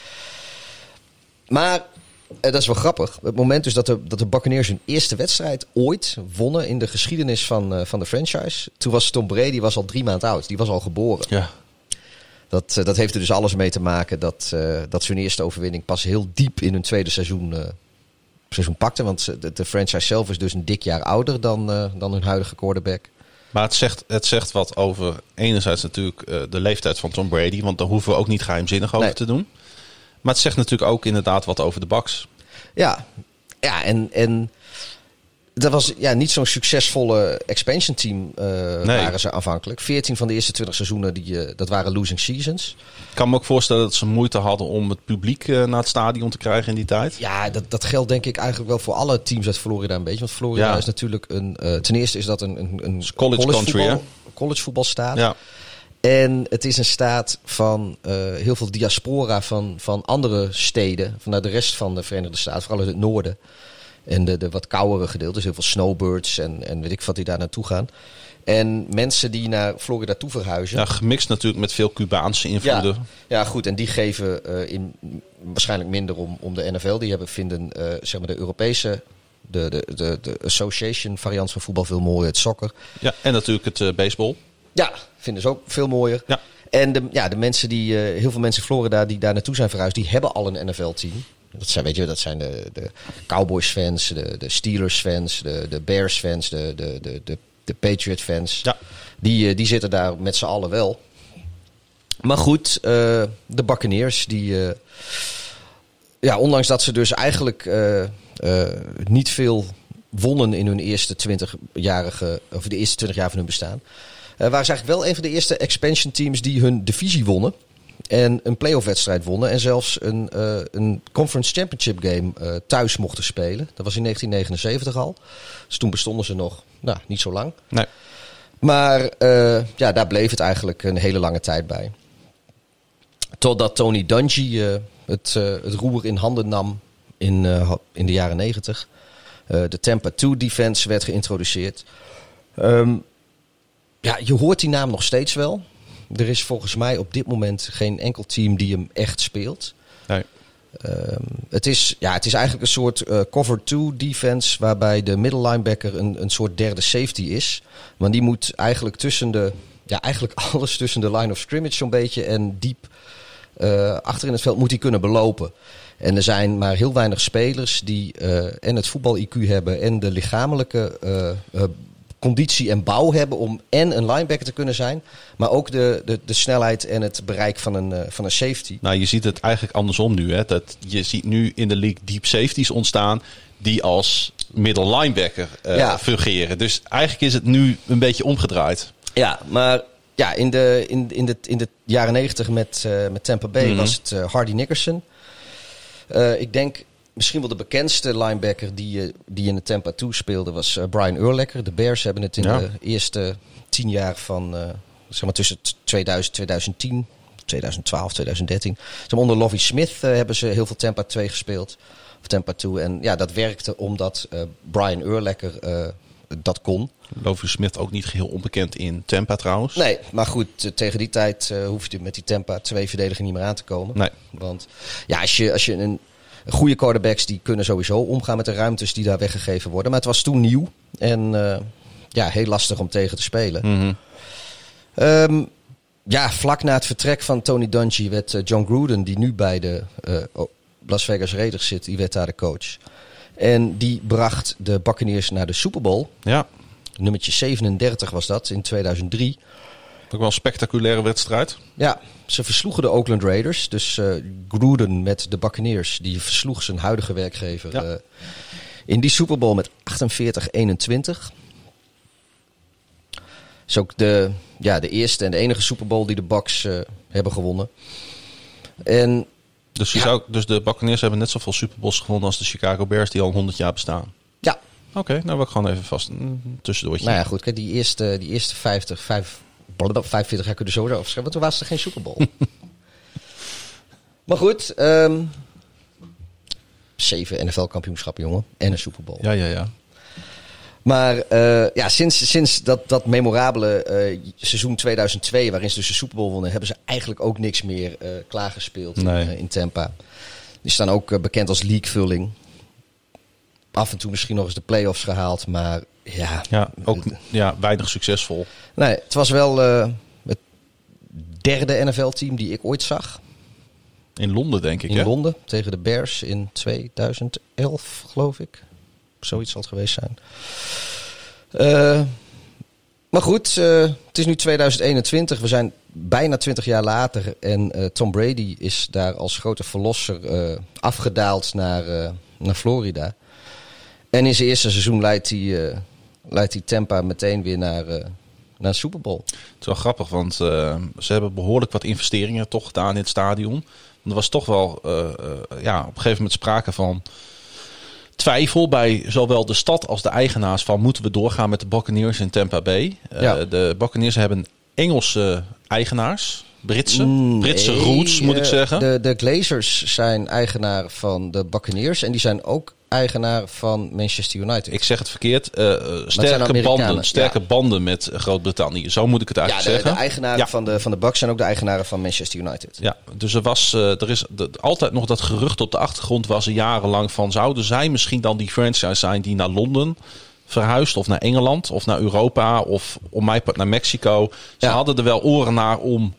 Maar dat is wel grappig. Het moment dus dat de Buccaneers hun eerste wedstrijd ooit wonnen in de geschiedenis van de franchise. Toen was Tom Brady al 3 maanden oud. Die was al geboren. Ja. Dat heeft er dus alles mee te maken dat ze hun eerste overwinning pas heel diep in hun tweede seizoen pakten. Want de franchise zelf is dus een dik jaar ouder dan hun huidige quarterback. Maar het zegt wat over enerzijds natuurlijk de leeftijd van Tom Brady. Want daar hoeven we ook niet geheimzinnig over te doen. Maar het zegt natuurlijk ook inderdaad wat over de Bucs. Ja en dat was niet zo'n succesvolle expansion team waren ze aanvankelijk. 14 van de eerste 20 seizoenen dat waren losing seasons. Ik kan me ook voorstellen dat ze moeite hadden om het publiek naar het stadion te krijgen in die tijd. Ja, dat geldt denk ik eigenlijk wel voor alle teams uit Florida een beetje. Want Florida is natuurlijk ten eerste is dat een college voetbalstaat. Ja. En het is een staat van heel veel diaspora van andere steden. Vanuit de rest van de Verenigde Staten, vooral in het noorden. En de wat koudere gedeeltes, heel veel snowbirds en weet ik wat die daar naartoe gaan. En mensen die naar Florida toe verhuizen. Ja, gemixt natuurlijk met veel Cubaanse invloeden. Ja, goed. En die geven waarschijnlijk minder om de NFL. Die vinden zeg maar de Europese, de association variant van voetbal veel mooier. Het soccer. Ja, en natuurlijk het baseball. Ja, vinden ze ook veel mooier. Ja. En de mensen heel veel mensen in Florida die daar naartoe zijn verhuisd, die hebben al een NFL-team. Dat zijn de Cowboys-fans, de Steelers-fans, de Bears-fans, de Patriot-fans. Ja. Die zitten daar met z'n allen wel. Maar goed, de Buccaneers, ondanks dat ze dus eigenlijk niet veel wonnen in hun eerste 20 jaar van hun bestaan, waren ze eigenlijk wel een van de eerste expansion teams die hun divisie wonnen. En een playoff wedstrijd wonnen. En zelfs een conference championship game thuis mochten spelen. Dat was in 1979 al. Dus toen bestonden ze nog niet zo lang. Nee. Maar daar bleef het eigenlijk een hele lange tijd bij. Totdat Tony Dungy het roer in handen nam in de jaren 90. De Tampa 2 defense werd geïntroduceerd. Je hoort die naam nog steeds wel. Er is volgens mij op dit moment geen enkel team die hem echt speelt. Nee. Het is eigenlijk een soort cover 2 defense waarbij de middle linebacker een soort derde safety is. Want die moet eigenlijk eigenlijk alles tussen de line of scrimmage zo'n beetje en diep achter in het veld moet hij kunnen belopen. En er zijn maar heel weinig spelers die en het voetbal-IQ hebben en de lichamelijke conditie en bouw hebben om en een linebacker te kunnen zijn, maar ook de snelheid en het bereik van een safety. Nou, je ziet het eigenlijk andersom nu. Hè? Dat je ziet nu in de league deep safeties ontstaan die als middle linebacker fungeren. Dus eigenlijk is het nu een beetje omgedraaid. Ja, maar in de jaren 90 met Tampa Bay was het Hardy Nickerson. Ik denk misschien wel de bekendste linebacker die in de Tampa 2 speelde was Brian Urlacher. De Bears hebben het in de eerste 10 jaar van tussen 2000, 2010, 2012, 2013. Onder Lovie Smith hebben ze heel veel Tampa 2 gespeeld. Of Tampa 2. En dat werkte omdat Brian Urlacher dat kon. Lovie Smith ook niet geheel onbekend in Tampa trouwens. Nee, maar goed, tegen die tijd hoef je met die Tampa 2 verdediger niet meer aan te komen. Nee. Want als je een goede quarterbacks die kunnen sowieso omgaan met de ruimtes die daar weggegeven worden. Maar het was toen nieuw en heel lastig om tegen te spelen. vlak na het vertrek van Tony Dungy werd John Gruden, die nu bij de Las Vegas Raiders zit. Die werd daar de coach. En die bracht de Buccaneers naar de Super Bowl. Ja. Nummertje 37 was dat in 2003. Ook wel een spectaculaire wedstrijd. Ja, ze versloegen de Oakland Raiders. Dus Gruden met de Buccaneers, die versloeg zijn huidige werkgever in die Super Bowl met 48-21. Is ook de eerste en de enige Super Bowl die de Bucs hebben gewonnen. En Dus de Buccaneers hebben net zoveel Super Bowls gewonnen als de Chicago Bears, die al 100 jaar bestaan. Ja. Oké, nou wil ik gewoon even vast een tussendoortje. Nou ja, goed. Kijk, die eerste 45 jaar kunnen sowieso afschrijven, want toen was er geen Super Bowl. Maar goed, 7 NFL-kampioenschappen, jongen. En een Super Bowl. Ja. Maar sinds dat memorabele seizoen 2002, waarin ze dus de Super Bowl wonnen, hebben ze eigenlijk ook niks meer klaargespeeld in Tampa. Die staan ook bekend als leaguevulling. Af en toe misschien nog eens de playoffs gehaald, maar ook weinig succesvol. Nee, het was wel het derde NFL-team die ik ooit zag. In Londen, denk ik. In Londen, tegen de Bears in 2011, geloof ik. Zoiets zal het geweest zijn. Maar goed, het is nu 2021. We zijn bijna 20 jaar later. En Tom Brady is daar als grote verlosser afgedaald naar Florida. En in zijn eerste seizoen leidt hij Tampa meteen weer naar een Super Bowl. Het is wel grappig, want ze hebben behoorlijk wat investeringen toch gedaan in het stadion. Er was toch wel op een gegeven moment sprake van twijfel bij zowel de stad als de eigenaars van moeten we doorgaan met de Buccaneers in Tampa Bay. De Buccaneers hebben Engelse eigenaars, Britse roots moet ik zeggen. De Glazers zijn eigenaar van de Buccaneers en die zijn ook eigenaar van Manchester United. Ik zeg het verkeerd. Sterke banden met Groot-Brittannië. Zo moet ik het eigenlijk zeggen. De eigenaren van de Bucs zijn ook de eigenaren van Manchester United. Ja, dus er is altijd nog dat gerucht op de achtergrond was er jarenlang van zouden zij misschien dan die franchise zijn die naar Londen verhuist of naar Engeland of naar Europa of om mij naar Mexico. Ze hadden er wel oren naar om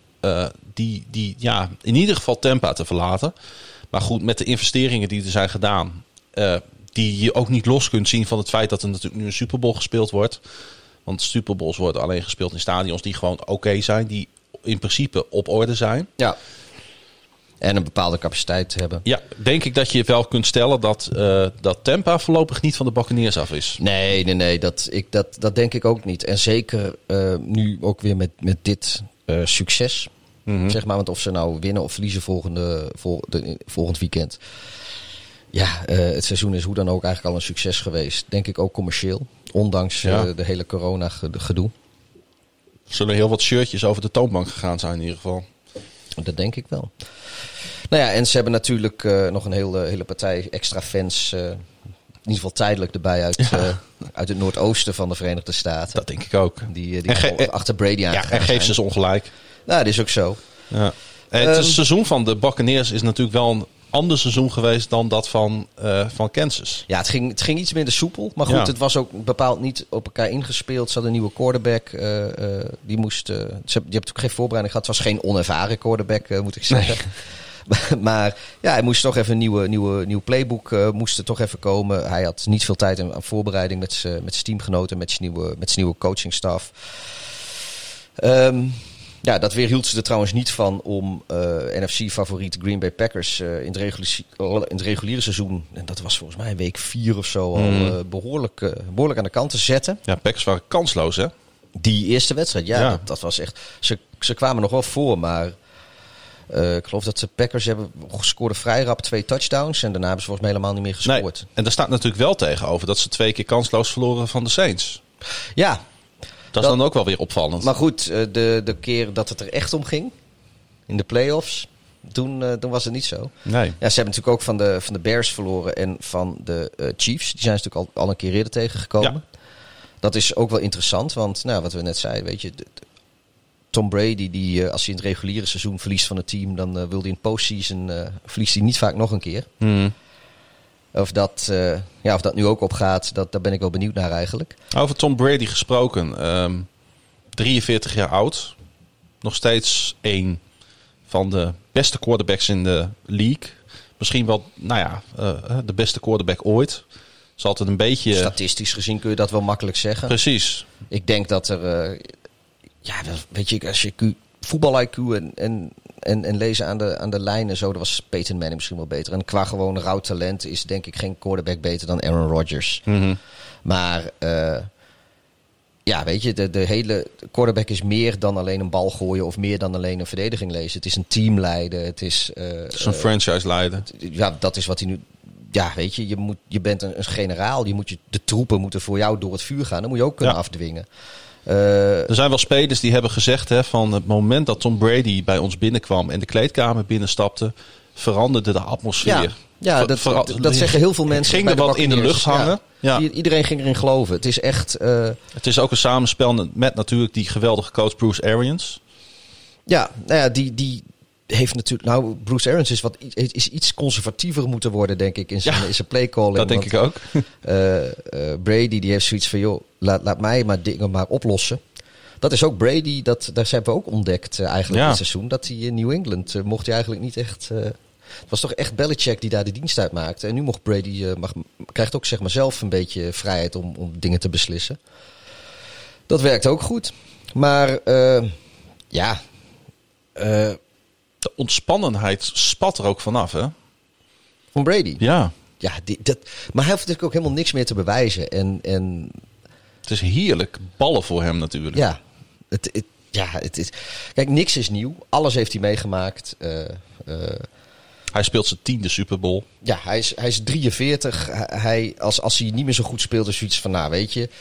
in ieder geval Tampa te verlaten. Maar goed, met de investeringen die er zijn gedaan, die je ook niet los kunt zien van het feit dat er natuurlijk nu een Super Bowl gespeeld wordt. Want Super Bowls worden alleen gespeeld in stadions die gewoon oké zijn, die in principe op orde zijn. Ja. En een bepaalde capaciteit hebben. Ja, denk ik dat je wel kunt stellen dat Tampa voorlopig niet van de Buccaneers af is. Nee, dat denk ik ook niet. En zeker nu ook weer met dit succes. Mm-hmm. Zeg maar, want of ze nou winnen of verliezen volgend weekend. Ja, het seizoen is hoe dan ook eigenlijk al een succes geweest. Denk ik ook commercieel. Ondanks de hele corona gedoe. Er zullen heel wat shirtjes over de toonbank gegaan zijn in ieder geval. Dat denk ik wel. Nou ja, en ze hebben natuurlijk nog een hele partij extra fans. In ieder geval tijdelijk erbij uit het noordoosten van de Verenigde Staten. Dat denk ik ook. Die achter Brady aan. Ja, en geef ze ongelijk. Nou, dat is ook zo. Ja. Het seizoen van de Buccaneers is natuurlijk wel een ander seizoen geweest dan dat van Kansas. Ja, het ging iets minder soepel. Maar goed, het was ook bepaald niet op elkaar ingespeeld. Ze hadden een nieuwe quarterback. Die hebt ook geen voorbereiding gehad. Het was geen onervaren quarterback, moet ik zeggen. Nee. Maar ja, hij moest toch even een nieuw playbook moest er toch even komen. Hij had niet veel tijd aan voorbereiding met zijn teamgenoten, met zijn nieuwe coachingstaf. Ja, dat weerhield ze er trouwens niet van om NFC-favoriet Green Bay Packers in het reguliere seizoen, en dat was volgens mij week 4 of zo, al behoorlijk aan de kant te zetten. Ja, Packers waren kansloos, hè? Die eerste wedstrijd, dat was echt. Ze kwamen nog wel voor, maar ik geloof dat de Packers scoorden vrij rap 2 touchdowns en daarna hebben ze volgens mij helemaal niet meer gescoord. Nee. En daar staat natuurlijk wel tegenover dat ze 2 keer kansloos verloren van de Saints. Ja. Dat is dan ook wel weer opvallend. Maar goed, de keer dat het er echt om ging, in de playoffs, toen was het niet zo. Nee. Ja, ze hebben natuurlijk ook van de Bears verloren en van de Chiefs. Die zijn ze natuurlijk al een keer eerder tegengekomen. Ja. Dat is ook wel interessant, want wat we net zeiden, weet je, Tom Brady, als hij in het reguliere seizoen verliest van het team, dan wil hij in postseason verliest hij niet vaak nog een keer. Mm. Of dat nu ook opgaat, daar ben ik wel benieuwd naar eigenlijk. Over Tom Brady gesproken. 43 jaar oud. Nog steeds een van de beste quarterbacks in de league. misschien wel, de beste quarterback ooit. Is altijd een beetje... Statistisch gezien kun je dat wel makkelijk zeggen. Precies. Ik denk dat er... weet je, als je voetbal-IQ en lezen aan de lijn en zo, dan was Peyton Manning misschien wel beter. En qua gewoon rauw talent is denk ik geen quarterback beter dan Aaron Rodgers. Mm-hmm. Maar weet je, de hele quarterback is meer dan alleen een bal gooien of meer dan alleen een verdediging lezen. Het is een team leiden. Het is een franchise leiden. Ja, dat is wat hij nu... Ja, weet je, je bent een generaal. De troepen moeten voor jou door het vuur gaan. Dan moet je ook kunnen afdwingen. Er zijn wel spelers die hebben gezegd, van het moment dat Tom Brady bij ons binnenkwam en de kleedkamer binnenstapte, veranderde de atmosfeer. Ja, dat zeggen heel veel mensen. Ging er wat in de lucht hangen. Ja. Iedereen ging erin geloven. Het is echt... Het is ook een samenspel met natuurlijk die geweldige coach Bruce Arians. Ja, die heeft natuurlijk... Nou, Bruce Arians is iets conservatiever moeten worden, denk ik, in zijn playcalling. Dat denk ik ook. Brady die heeft zoiets van, joh, laat mij maar dingen maar oplossen. Dat is ook Brady, daar hebben we ook ontdekt eigenlijk dit seizoen. Dat hij in New England mocht hij eigenlijk niet echt... het was toch echt Belichick die daar de dienst uit maakte. En nu mocht Brady krijgt ook zeg maar zelf een beetje vrijheid om dingen te beslissen. Dat werkt ook goed. Maar de ontspannenheid spat er ook vanaf, hè? Van Brady? Ja. Ja, maar hij hoeft natuurlijk ook helemaal niks meer te bewijzen. En het is heerlijk ballen voor hem natuurlijk. Ja, het is... Kijk, niks is nieuw. Alles heeft hij meegemaakt. Hij speelt zijn 10e Super Bowl. Ja, hij is 43. Als hij niet meer zo goed speelt, is zoiets van, weet je...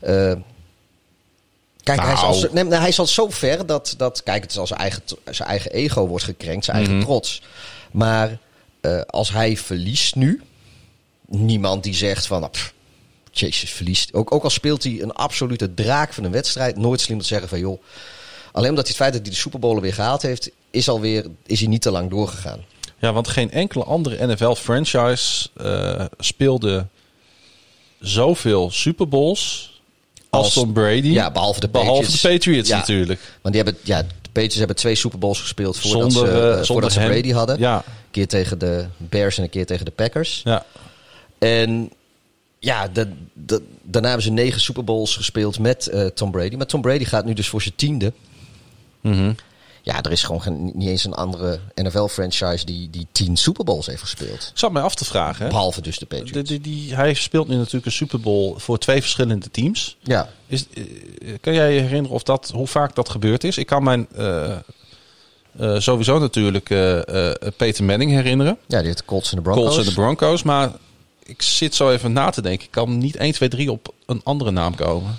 Kijk, hij is al zo ver dat kijk, het is al zijn eigen ego wordt gekrenkt, zijn eigen trots. Maar als hij verliest nu, niemand die zegt van, Jezus, verliest. Ook al speelt hij een absolute draak van een wedstrijd, nooit slim te zeggen van, joh, alleen omdat hij het feit dat hij de Super Bowl weer gehaald heeft, is hij niet te lang doorgegaan. Ja, want geen enkele andere NFL-franchise speelde zoveel Super Bowls als Tom Brady. Ja, behalve de Patriots natuurlijk. Want de Patriots hebben 2 Super Bowls gespeeld voordat ze Brady hadden. Ja. Een keer tegen de Bears en een keer tegen de Packers. Ja. En daarna hebben ze 9 Super Bowls gespeeld met Tom Brady. Maar Tom Brady gaat nu dus voor zijn 10e. Mm-hmm. Ja, er is gewoon niet eens een andere NFL-franchise die 10 Super Bowls heeft gespeeld. Ik zat mij af te vragen. Hè? Behalve dus de Patriots. Hij speelt nu natuurlijk een Super Bowl voor 2 verschillende teams. Ja. Kan jij je herinneren hoe vaak dat gebeurd is? Ik kan mijn sowieso natuurlijk Peyton Manning herinneren. Ja, die heeft de Colts en de Broncos. Maar ik zit zo even na te denken. Ik kan niet 1, 2, 3 op een andere naam komen.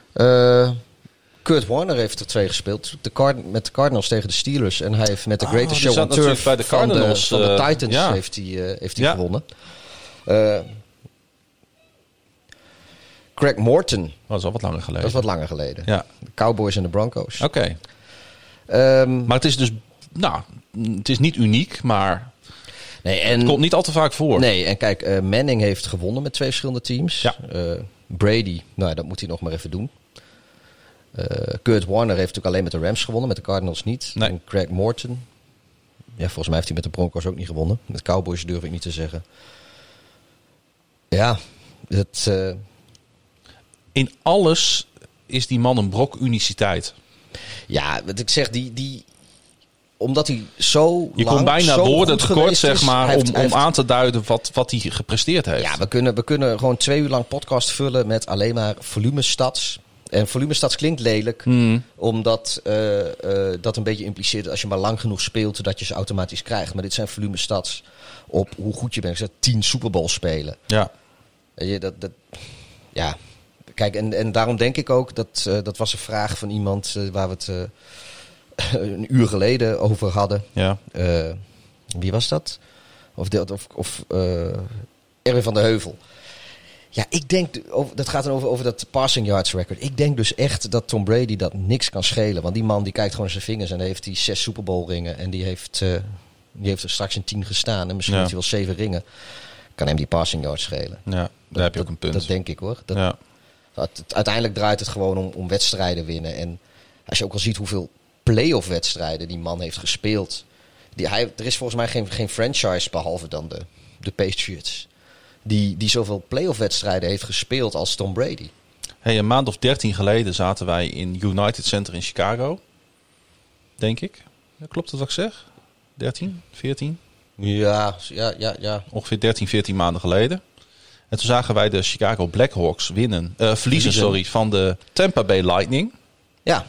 Kurt Warner heeft er 2 gespeeld. Met de Cardinals tegen de Steelers. En hij heeft met de Greatest Show on Turf bij de Cardinals, van de Titans heeft hij gewonnen. Greg Morton. Dat is al wat langer geleden. Ja. De Cowboys en de Broncos. Oké. Maar het is dus... Nou, het is niet uniek, maar... Nee, het komt niet al te vaak voor. Nee, en kijk, Manning heeft gewonnen met 2 verschillende teams. Ja. Brady, dat moet hij nog maar even doen. Kurt Warner heeft natuurlijk alleen met de Rams gewonnen, met de Cardinals niet. Nee. En Greg Morton, volgens mij heeft hij met de Broncos ook niet gewonnen. Met de Cowboys durf ik niet te zeggen. Ja, in alles is die man een brok uniciteit. Ja, wat ik zeg, omdat hij zo je lang, kon bijna zo woorden goed tekort, geweest zeg maar, is. om aan te duiden wat hij gepresteerd heeft. Ja, we kunnen gewoon 2 uur lang podcast vullen met alleen maar volumestats. En volumestats klinkt lelijk, omdat dat een beetje impliceert dat als je maar lang genoeg speelt, dat je ze automatisch krijgt. Maar dit zijn volumestats op hoe goed je bent. Ik zeg 10 Super Bowl spelen. Ja. Ja. Kijk, en daarom denk ik ook, dat was een vraag van iemand waar we het een uur geleden over hadden. Ja. Wie was dat? Erwin van der Heuvel. Ja, ik denk, dat gaat dan over dat passing yards record. Ik denk dus echt dat Tom Brady dat niks kan schelen. Want die man die kijkt gewoon naar zijn vingers en dan heeft hij 6 Super Bowl ringen. En die heeft er straks in 10 gestaan. En misschien heeft hij wel 7 ringen. Kan hem die passing yards schelen. Ja, daar heb je ook een punt. Dat denk ik hoor. Ja. Uiteindelijk draait het gewoon om wedstrijden winnen. En als je ook al ziet hoeveel playoff wedstrijden die man heeft gespeeld. Er is volgens mij geen franchise behalve dan de Patriots. Die zoveel playoff wedstrijden heeft gespeeld als Tom Brady. Hey, een maand of 13 geleden zaten wij in United Center in Chicago. Denk ik. Klopt dat wat ik zeg? 13, 14? Ja. Ongeveer 13, 14 maanden geleden. En toen zagen wij de Chicago Blackhawks verliezen van de Tampa Bay Lightning. Ja,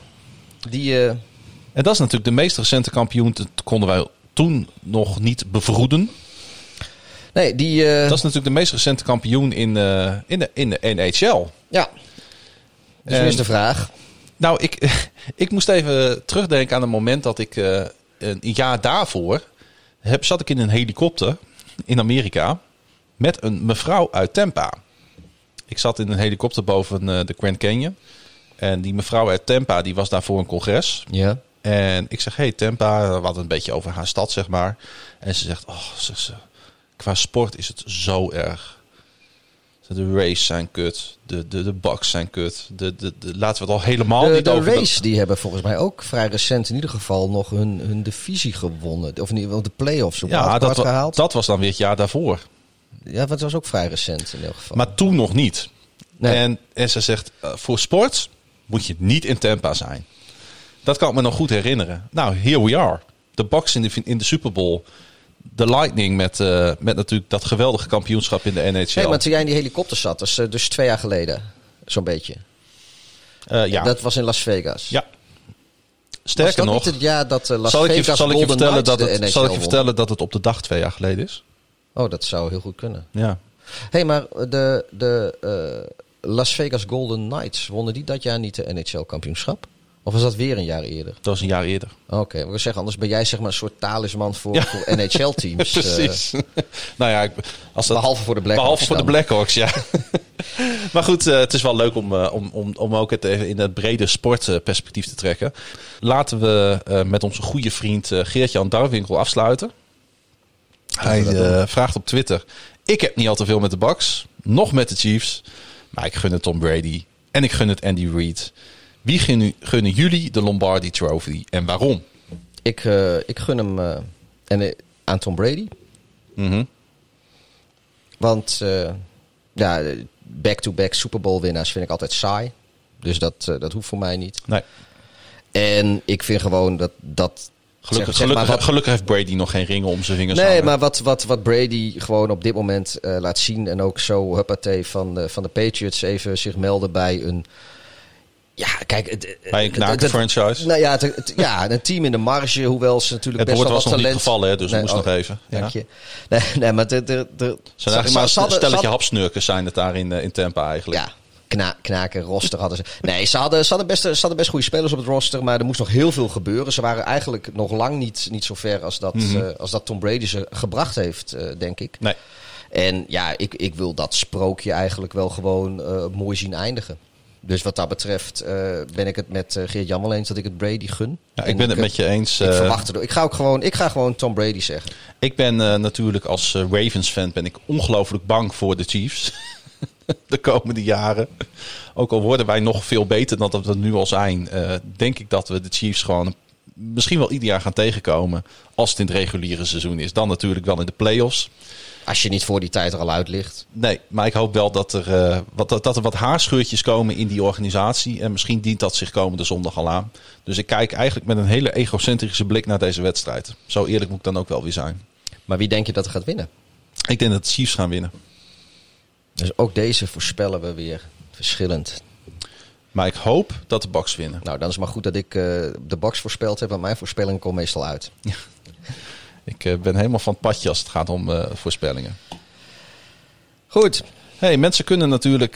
En dat is natuurlijk de meest recente kampioen. Dat konden wij toen nog niet bevroeden. Nee, dat is natuurlijk de meest recente kampioen in de NHL. Ja. Dus nu is de vraag. Nou, ik moest even terugdenken aan een moment dat ik een jaar daarvoor zat ik in een helikopter in Amerika met een mevrouw uit Tampa. Ik zat in een helikopter boven de Grand Canyon. En die mevrouw uit Tampa, die was daar voor een congres. Ja. En ik zeg, hey Tampa, we hadden een beetje over haar stad, zeg maar. En ze zegt, qua sport is het zo erg. De Rays zijn kut. De Bucks zijn kut. Laten we het al helemaal niet over... De Rays die hebben volgens mij ook vrij recent in ieder geval nog hun divisie gewonnen. Of in ieder geval de play-offs gehaald. Dat was dan weer het jaar daarvoor. Ja, want het was ook vrij recent in ieder geval. Maar toen nog niet. Nee. En ze zegt, voor sport moet je niet in Tampa zijn. Dat kan ik me nog goed herinneren. Nou, here we are. De Bucks in de Super Bowl. De Lightning met natuurlijk dat geweldige kampioenschap in de NHL. Nee, maar toen jij in die helikopter zat, dus 2 jaar geleden. Zo'n beetje. Ja. Dat was in Las Vegas. Ja. Sterker nog, niet het jaar dat Las zal ik je vertellen dat het op de dag 2 jaar geleden is? Oh, dat zou heel goed kunnen. Ja. Hey, maar de Las Vegas Golden Knights, wonnen die dat jaar niet de NHL-kampioenschap? Of was dat weer een jaar eerder? Dat was een jaar eerder. Oké, ik wil zeggen, anders ben jij zeg maar een soort talisman voor NHL-teams. Precies. Nou ja, behalve voor de Blackhawks. Behalve voor de Blackhawks, ja. Maar goed, het is wel leuk om ook het even in het brede sportperspectief te trekken. Laten we met onze goede vriend Geert-Jan Darwinkel afsluiten. Hij vraagt op Twitter: ik heb niet al te veel met de Bucks, nog met de Chiefs, maar ik gun het Tom Brady en ik gun het Andy Reid. Wie gunnen jullie de Lombardi Trophy en waarom? Ik gun hem aan Tom Brady. Mm-hmm. Want back-to-back Super Bowl winnaars vind ik altijd saai. Dus dat hoeft voor mij niet. Nee. En ik vind gewoon dat Gelukkig heeft Brady nog geen ringen om zijn vingers. Nee, maar wat Brady gewoon op dit moment laat zien. En ook zo huppatee van de Patriots even zich melden bij een... Ja, kijk... Bij een knakenfranchise? Nou ja, een team in de marge. Hoewel ze natuurlijk het best wel wat was nog talent... niet gevallen, hè, dus moest nog even. Dank je. Nee, maar... Een stelletje hapsnurkers zijn het daar in Tampa eigenlijk. Ja, knaken, roster hadden ze. Nee, ze hadden best goede spelers op het roster, maar er moest nog heel veel gebeuren. Ze waren eigenlijk nog lang niet zo ver als dat Tom Brady ze gebracht heeft, denk ik. Nee. En ja, ik wil dat sprookje eigenlijk wel gewoon mooi zien eindigen. Dus wat dat betreft ben ik het met Geert-Jan wel eens dat ik het Brady gun. Ja, ik ben het met je eens. Ik verwacht het. Ik ga gewoon Tom Brady zeggen. Ik ben natuurlijk als Ravens-fan ben ik ongelooflijk bang voor de Chiefs. De komende jaren. Ook al worden wij nog veel beter dan dat we nu al zijn. Denk ik dat we de Chiefs gewoon misschien wel ieder jaar gaan tegenkomen. Als het in het reguliere seizoen is. Dan natuurlijk wel in de playoffs. Als je niet voor die tijd er al uit ligt. Nee, maar ik hoop wel dat er wat haarscheurtjes komen in die organisatie. En misschien dient dat zich komende zondag al aan. Dus ik kijk eigenlijk met een hele egocentrische blik naar deze wedstrijd. Zo eerlijk moet ik dan ook wel weer zijn. Maar wie denk je dat er gaat winnen? Ik denk dat de Chiefs gaan winnen. Dus ook deze voorspellen we weer verschillend. Maar ik hoop dat de Bucks winnen. Nou, dan is het maar goed dat ik de Bucks voorspeld heb. Want mijn voorspelling komt meestal uit. Ja. Ik ben helemaal van het padje als het gaat om voorspellingen. Goed. Hey, mensen kunnen natuurlijk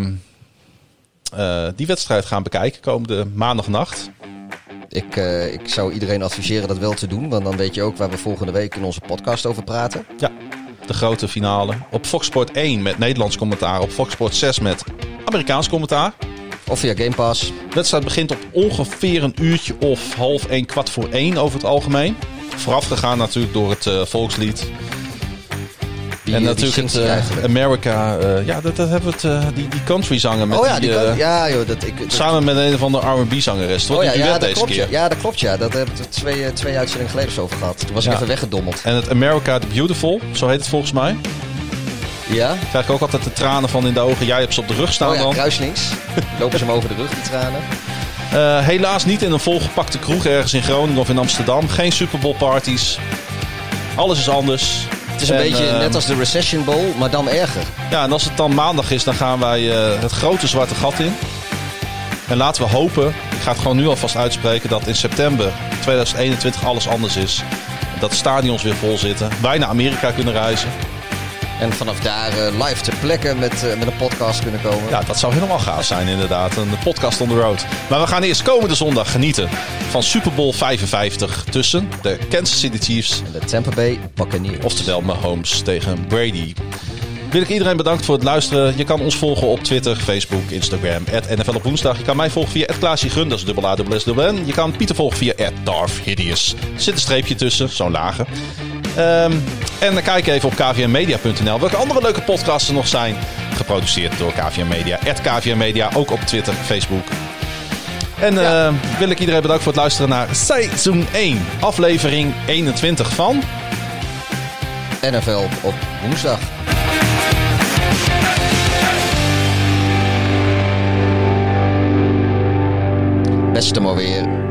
die wedstrijd gaan bekijken komende maandagnacht. Ik zou iedereen adviseren dat wel te doen. Want dan weet je ook waar we volgende week in onze podcast over praten. Ja, de grote finale. Op Fox Sport 1 met Nederlands commentaar. Op Fox Sport 6 met Amerikaans commentaar. Of via Game Pass. De wedstrijd begint op ongeveer een uurtje of 12:30, 12:45 over het algemeen. Voorafgegaan natuurlijk door het volkslied. En natuurlijk het America, dat hebben we het, die country zanger met samen met een van de R&B zangeres. Toch? Dat klopt. Ja, dat klopt. Ja. Dat hebben we twee uitzendingen geleden over gehad. Toen was ik even weggedommeld. En het America the Beautiful, zo heet het volgens mij. Ja. Krijg ik ook altijd de tranen van in de ogen. Jij hebt ze op de rug staan dan. Kruislinks. Lopen ze hem over de rug, die tranen. Helaas niet in een volgepakte kroeg ergens in Groningen of in Amsterdam. Geen Super Bowl parties. Alles is anders. Het is een beetje net als de Recession Bowl, maar dan erger. Ja, en als het dan maandag is, dan gaan wij het grote zwarte gat in. En laten we hopen, ik ga het gewoon nu alvast uitspreken, dat in september 2021 alles anders is. Dat stadions weer vol zitten. Wij naar Amerika kunnen reizen. En vanaf daar live ter plekke met een podcast kunnen komen. Ja, dat zou helemaal gaaf zijn inderdaad. Een podcast on the road. Maar we gaan eerst komende zondag genieten van Super Bowl 55 tussen de Kansas City Chiefs en de Tampa Bay Buccaneers. Oftewel Mahomes tegen Brady. Wil ik iedereen bedankt voor het luisteren. Je kan ons volgen op Twitter, Facebook, Instagram, @NFL op woensdag. Je kan mij volgen via @KlaasjeGrun, dat is @ASSN. Je kan Pieter volgen via @DarthHideous. Er zit een streepje tussen, zo'n lage. En dan kijk even op kvmmedia.nl welke andere leuke podcasts er nog zijn. Geproduceerd door KVM Media. @KVM ook op Twitter, Facebook. En wil ik iedereen bedanken voor het luisteren naar seizoen 1. Aflevering 21 van NFL op woensdag. Beste maar weer.